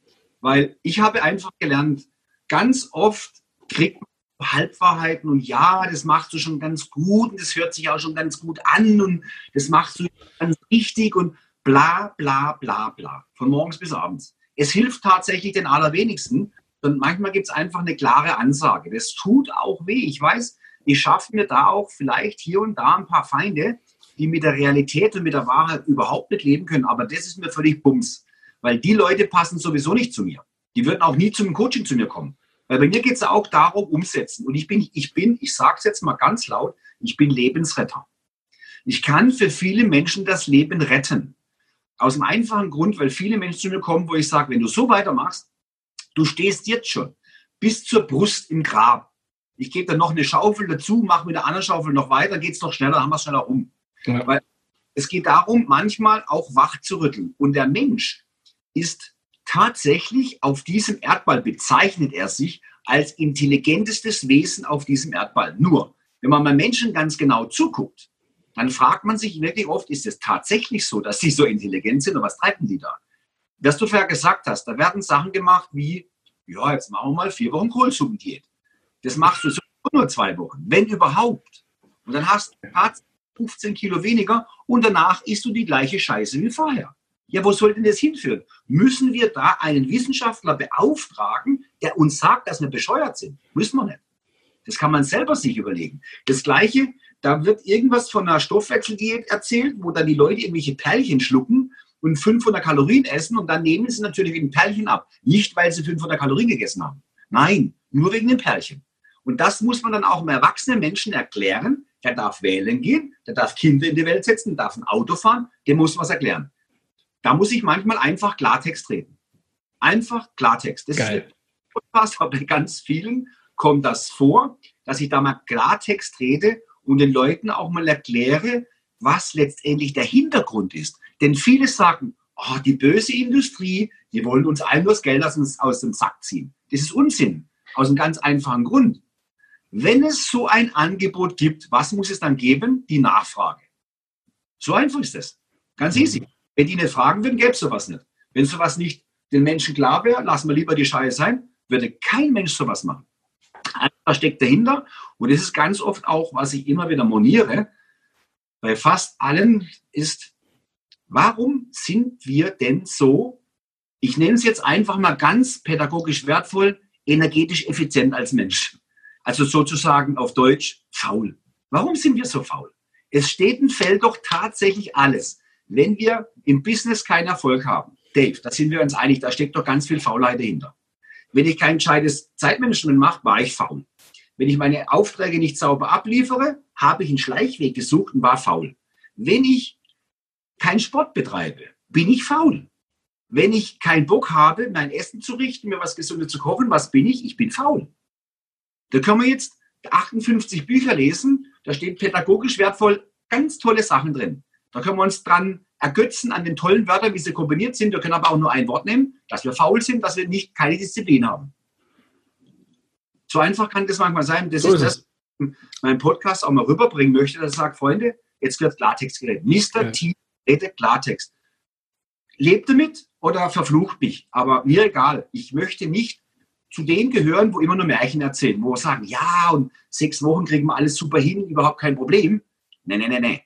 Weil ich habe einfach gelernt, ganz oft kriegt man Halbwahrheiten und ja, das machst du schon ganz gut und das hört sich auch schon ganz gut an und das machst du ganz richtig und bla bla bla bla. Von morgens bis abends. Es hilft tatsächlich den allerwenigsten und manchmal gibt es einfach eine klare Ansage. Das tut auch weh. Ich weiß, ich schaffe mir da auch vielleicht hier und da ein paar Feinde, die mit der Realität und mit der Wahrheit überhaupt nicht leben können. Aber das ist mir völlig Bums. Weil die Leute passen sowieso nicht zu mir. Die würden auch nie zum Coaching zu mir kommen. Weil bei mir geht es auch darum, umsetzen. Und ich sage es jetzt mal ganz laut, ich bin Lebensretter. Ich kann für viele Menschen das Leben retten. Aus dem einfachen Grund, weil viele Menschen zu mir kommen, wo ich sage, wenn du so weitermachst, du stehst jetzt schon bis zur Brust im Grab. Ich gebe dann noch eine Schaufel dazu, mache mit der anderen Schaufel noch weiter, geht es noch schneller, dann haben wir es schneller rum. Ja. Weil es geht darum, manchmal auch wach zu rütteln. Und der Mensch ist tatsächlich auf diesem Erdball, bezeichnet er sich als intelligentestes Wesen auf diesem Erdball. Nur, wenn man mal Menschen ganz genau zuguckt, dann fragt man sich wirklich oft, ist es tatsächlich so, dass sie so intelligent sind oder was treiben die da? Was du vorher gesagt hast, da werden Sachen gemacht wie, ja, jetzt machen wir mal 4 Wochen Kohlsuppendiät. Das machst du so nur 2 Wochen, wenn überhaupt. Und dann hast du 15 Kilo weniger und danach isst du die gleiche Scheiße wie vorher. Ja, wo soll denn das hinführen? Müssen wir da einen Wissenschaftler beauftragen, der uns sagt, dass wir bescheuert sind? Müssen wir nicht. Das kann man selber sich überlegen. Das Gleiche, da wird irgendwas von einer Stoffwechseldiät erzählt, wo dann die Leute irgendwelche Perlchen schlucken und 500 Kalorien essen und dann nehmen sie natürlich ein Perlchen ab. Nicht, weil sie 500 Kalorien gegessen haben. Nein, nur wegen dem Perlchen. Und das muss man dann auch einem erwachsenen Menschen erklären. Der darf wählen gehen, der darf Kinder in die Welt setzen, darf ein Auto fahren, dem muss man was erklären. Da muss ich manchmal einfach Klartext reden. Einfach Klartext. Das Geil. Ist ein Podcast, aber bei ganz vielen kommt das vor, dass ich da mal Klartext rede und den Leuten auch mal erkläre, was letztendlich der Hintergrund ist. Denn viele sagen, oh, die böse Industrie, die wollen uns allen nur das Geld aus dem Sack ziehen. Das ist Unsinn. Aus einem ganz einfachen Grund. Wenn es so ein Angebot gibt, was muss es dann geben? Die Nachfrage. So einfach ist das. Ganz easy. Wenn die nicht fragen würden, gäbe es sowas nicht. Wenn sowas nicht den Menschen klar wäre, lassen wir lieber die Scheiße sein, würde kein Mensch sowas machen. Da steckt dahinter. Und das ist ganz oft auch, was ich immer wieder moniere, bei fast allen ist, warum sind wir denn so, ich nenne es jetzt einfach mal ganz pädagogisch wertvoll, energetisch effizient als Mensch? Also sozusagen auf Deutsch faul. Warum sind wir so faul? Es steht und fällt doch tatsächlich alles. Wenn wir im Business keinen Erfolg haben, Dave, da sind wir uns einig, da steckt doch ganz viel Faulheit dahinter. Wenn ich kein gescheites Zeitmanagement mache, war ich faul. Wenn ich meine Aufträge nicht sauber abliefere, habe ich einen Schleichweg gesucht und war faul. Wenn ich keinen Sport betreibe, bin ich faul. Wenn ich keinen Bock habe, mein Essen zu richten, mir was Gesundes zu kochen, was bin ich? Ich bin faul. Da können wir jetzt 58 Bücher lesen, da steht pädagogisch wertvoll ganz tolle Sachen drin. Da können wir uns dran ergötzen an den tollen Wörtern, wie sie kombiniert sind. Wir können aber auch nur ein Wort nehmen, dass wir faul sind, dass wir keine Disziplin haben. So einfach kann das manchmal sein. Das ist das, was ich meinen Podcast auch mal rüberbringen möchte, dass ich sage, Freunde, jetzt wird Klartext geredet. Mr. T redet Klartext. Lebt damit oder verflucht mich. Aber mir egal. Ich möchte nicht zu denen gehören, wo immer nur Märchen erzählen, wo wir sagen, ja, und 6 Wochen kriegen wir alles super hin, überhaupt kein Problem. Nee.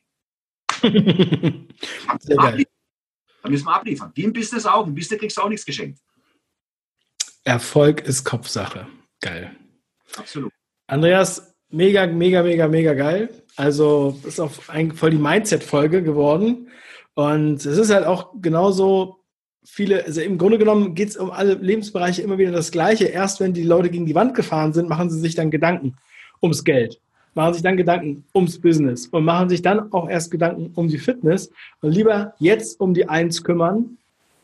Da müssen wir abliefern. Wie im Business auch. Im Business kriegst du auch nichts geschenkt. Erfolg ist Kopfsache. Geil. Absolut. Andreas, mega geil. Also ist auch voll die Mindset-Folge geworden. Und es ist halt auch genauso also im Grunde genommen geht es um alle Lebensbereiche immer wieder das Gleiche. Erst wenn die Leute gegen die Wand gefahren sind, machen sie sich dann Gedanken ums Geld, machen sich dann Gedanken ums Business und machen sich dann auch erst Gedanken um die Fitness und lieber jetzt um die Eins kümmern,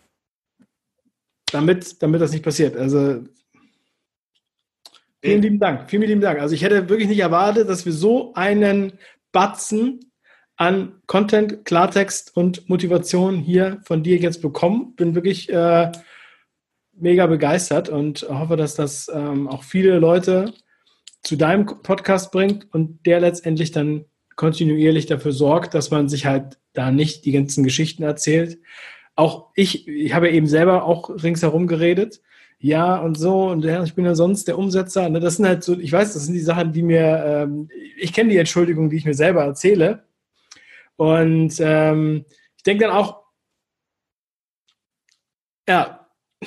damit das nicht passiert. Also vielen lieben Dank. Also ich hätte wirklich nicht erwartet, dass wir so einen Batzen an Content, Klartext und Motivation hier von dir jetzt bekommen. Bin wirklich mega begeistert und hoffe, dass das auch viele Leute zu deinem Podcast bringt und der letztendlich dann kontinuierlich dafür sorgt, dass man sich halt da nicht die ganzen Geschichten erzählt. Auch ich habe ja eben selber auch ringsherum geredet. Ja, und so, und ja, ich bin ja sonst der Umsetzer. Ne? Das sind halt so, ich weiß, das sind die Sachen, die mir, ich kenne die Entschuldigung, die ich mir selber erzähle. Und ich denke dann auch, ja,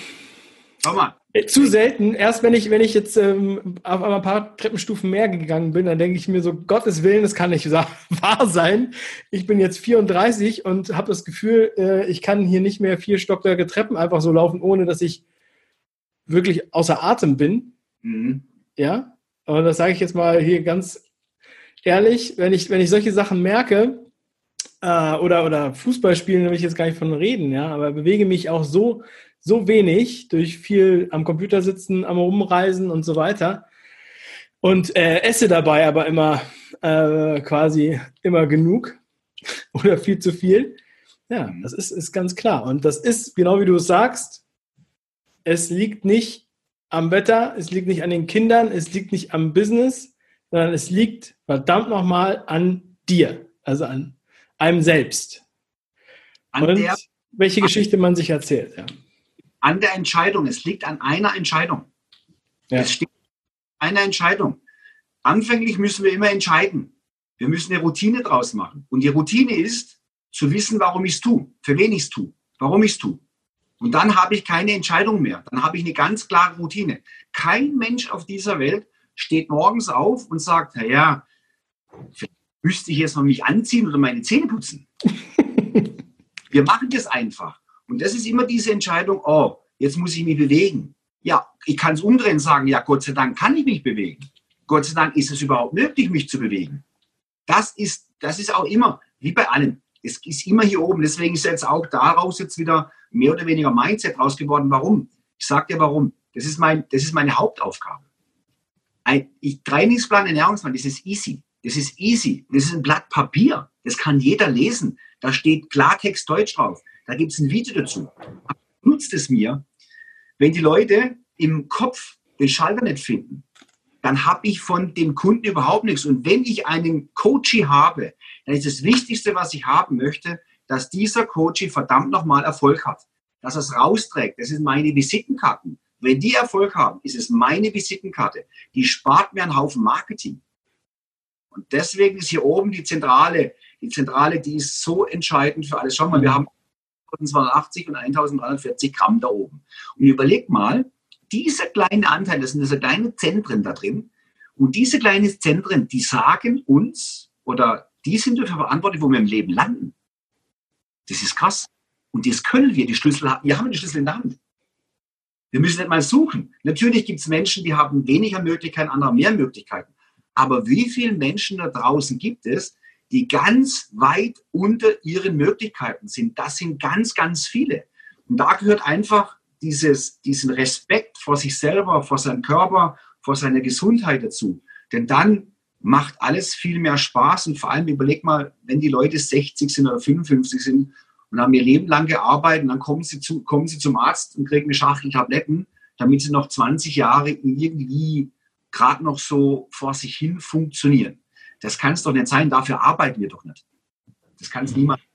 zu selten. Erst wenn ich jetzt auf ein paar Treppenstufen mehr gegangen bin, dann denke ich mir so, Gottes Willen, das kann nicht wahr sein. Ich bin jetzt 34 und habe das Gefühl, ich kann hier nicht mehr 4 Stockwerke Treppen einfach so laufen, ohne dass ich wirklich außer Atem bin. Mhm. Ja, und das sage ich jetzt mal hier ganz ehrlich, wenn ich solche Sachen merke, oder Fußball spielen, will ich jetzt gar nicht von reden, ja, aber bewege mich auch so wenig durch viel am Computer sitzen, am Rumreisen und so weiter und esse dabei aber immer quasi immer genug oder viel zu viel. Ja, das ist ganz klar. Und das ist, genau wie du es sagst, es liegt nicht am Wetter, es liegt nicht an den Kindern, es liegt nicht am Business, sondern es liegt verdammt nochmal an dir, also an einem selbst. Und welche Geschichte man sich erzählt. Ja. An der Entscheidung, es liegt an einer Entscheidung. Ja. Es steht an einer Entscheidung. Anfänglich müssen wir immer entscheiden. Wir müssen eine Routine draus machen. Und die Routine ist, zu wissen, warum ich es tue, für wen ich es tue, warum ich es tue. Und dann habe ich keine Entscheidung mehr. Dann habe ich eine ganz klare Routine. Kein Mensch auf dieser Welt steht morgens auf und sagt, naja, vielleicht müsste ich jetzt mal mich anziehen oder meine Zähne putzen. Wir machen das einfach. Und das ist immer diese Entscheidung, oh, jetzt muss ich mich bewegen. Ja, ich kann es umdrehen und sagen, ja, Gott sei Dank kann ich mich bewegen. Gott sei Dank ist es überhaupt möglich, mich zu bewegen. Das ist auch immer, wie bei allem. Es ist immer hier oben. Deswegen ist jetzt auch daraus jetzt wieder mehr oder weniger Mindset raus geworden. Warum? Ich sage dir warum. Das ist meine Hauptaufgabe. Trainingsplan, Ernährungsplan, das ist easy. Das ist easy. Das ist ein Blatt Papier. Das kann jeder lesen. Da steht Klartext Deutsch drauf. Da gibt es ein Video dazu. Nutzt es mir, wenn die Leute im Kopf den Schalter nicht finden, dann habe ich von dem Kunden überhaupt nichts. Und wenn ich einen Coachie habe, dann ist das Wichtigste, was ich haben möchte, dass dieser Coachie verdammt nochmal Erfolg hat. Dass er es rausträgt. Das sind meine Visitenkarten. Wenn die Erfolg haben, ist es meine Visitenkarte. Die spart mir einen Haufen Marketing. Und deswegen ist hier oben die Zentrale, die ist so entscheidend für alles. Schau mal, wir haben 1280 und 1340 Gramm da oben. Und überleg mal, dieser kleine Anteil, das sind diese kleinen Zentren da drin, und diese kleinen Zentren, die sagen uns, oder die sind dafür verantwortlich, wo wir im Leben landen. Das ist krass. Und das können wir, wir haben die Schlüssel in der Hand. Wir müssen nicht mal suchen. Natürlich gibt es Menschen, die haben weniger Möglichkeiten, andere mehr Möglichkeiten. Aber wie viele Menschen da draußen gibt es, die ganz weit unter ihren Möglichkeiten sind? Das sind ganz, ganz viele. Und da gehört einfach diesen Respekt vor sich selber, vor seinem Körper, vor seiner Gesundheit dazu. Denn dann macht alles viel mehr Spaß. Und vor allem überleg mal, wenn die Leute 60 sind oder 55 sind und haben ihr Leben lang gearbeitet, und dann kommen sie zum Arzt und kriegen eine Schachtel Tabletten, damit sie noch 20 Jahre irgendwie gerade noch so vor sich hin funktionieren. Das kann es doch nicht sein, dafür arbeiten wir doch nicht. Das kann es niemand.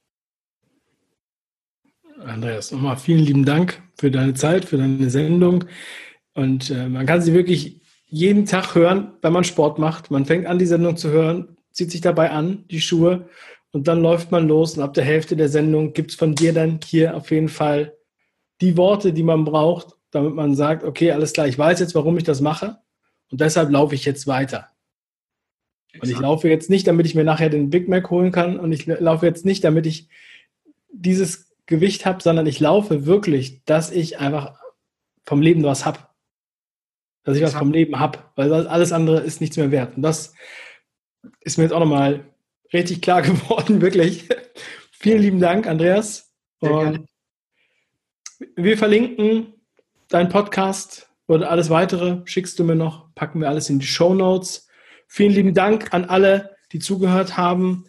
Andreas, nochmal vielen lieben Dank für deine Zeit, für deine Sendung. Und man kann sie wirklich jeden Tag hören, wenn man Sport macht. Man fängt an, die Sendung zu hören, zieht sich dabei an, die Schuhe, und dann läuft man los. Und ab der Hälfte der Sendung gibt es von dir dann hier auf jeden Fall die Worte, die man braucht, damit man sagt, okay, alles klar, ich weiß jetzt, warum ich das mache. Und deshalb laufe ich jetzt weiter. Exakt. Und ich laufe jetzt nicht, damit ich mir nachher den Big Mac holen kann. Und ich laufe jetzt nicht, damit ich dieses Gewicht habe, sondern ich laufe wirklich, dass ich einfach vom Leben was habe. Dass ich was vom Leben habe. Weil alles andere ist nichts mehr wert. Und das ist mir jetzt auch nochmal richtig klar geworden, wirklich. Vielen lieben Dank, Andreas. Und wir verlinken deinen Podcast. Und alles Weitere schickst du mir noch, packen wir alles in die Shownotes. Vielen lieben Dank an alle, die zugehört haben.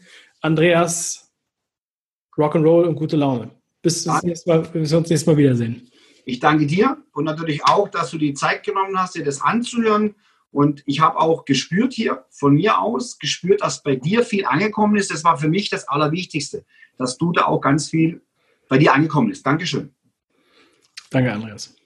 Andreas, Rock'n'Roll und gute Laune. Bis wir uns nächstes Mal wiedersehen. Ich danke dir und natürlich auch, dass du die Zeit genommen hast, dir das anzuhören. Und ich habe auch gespürt hier, von mir aus, gespürt, dass bei dir viel angekommen ist. Das war für mich das Allerwichtigste, dass du da auch ganz viel bei dir angekommen ist. Dankeschön. Danke, Andreas.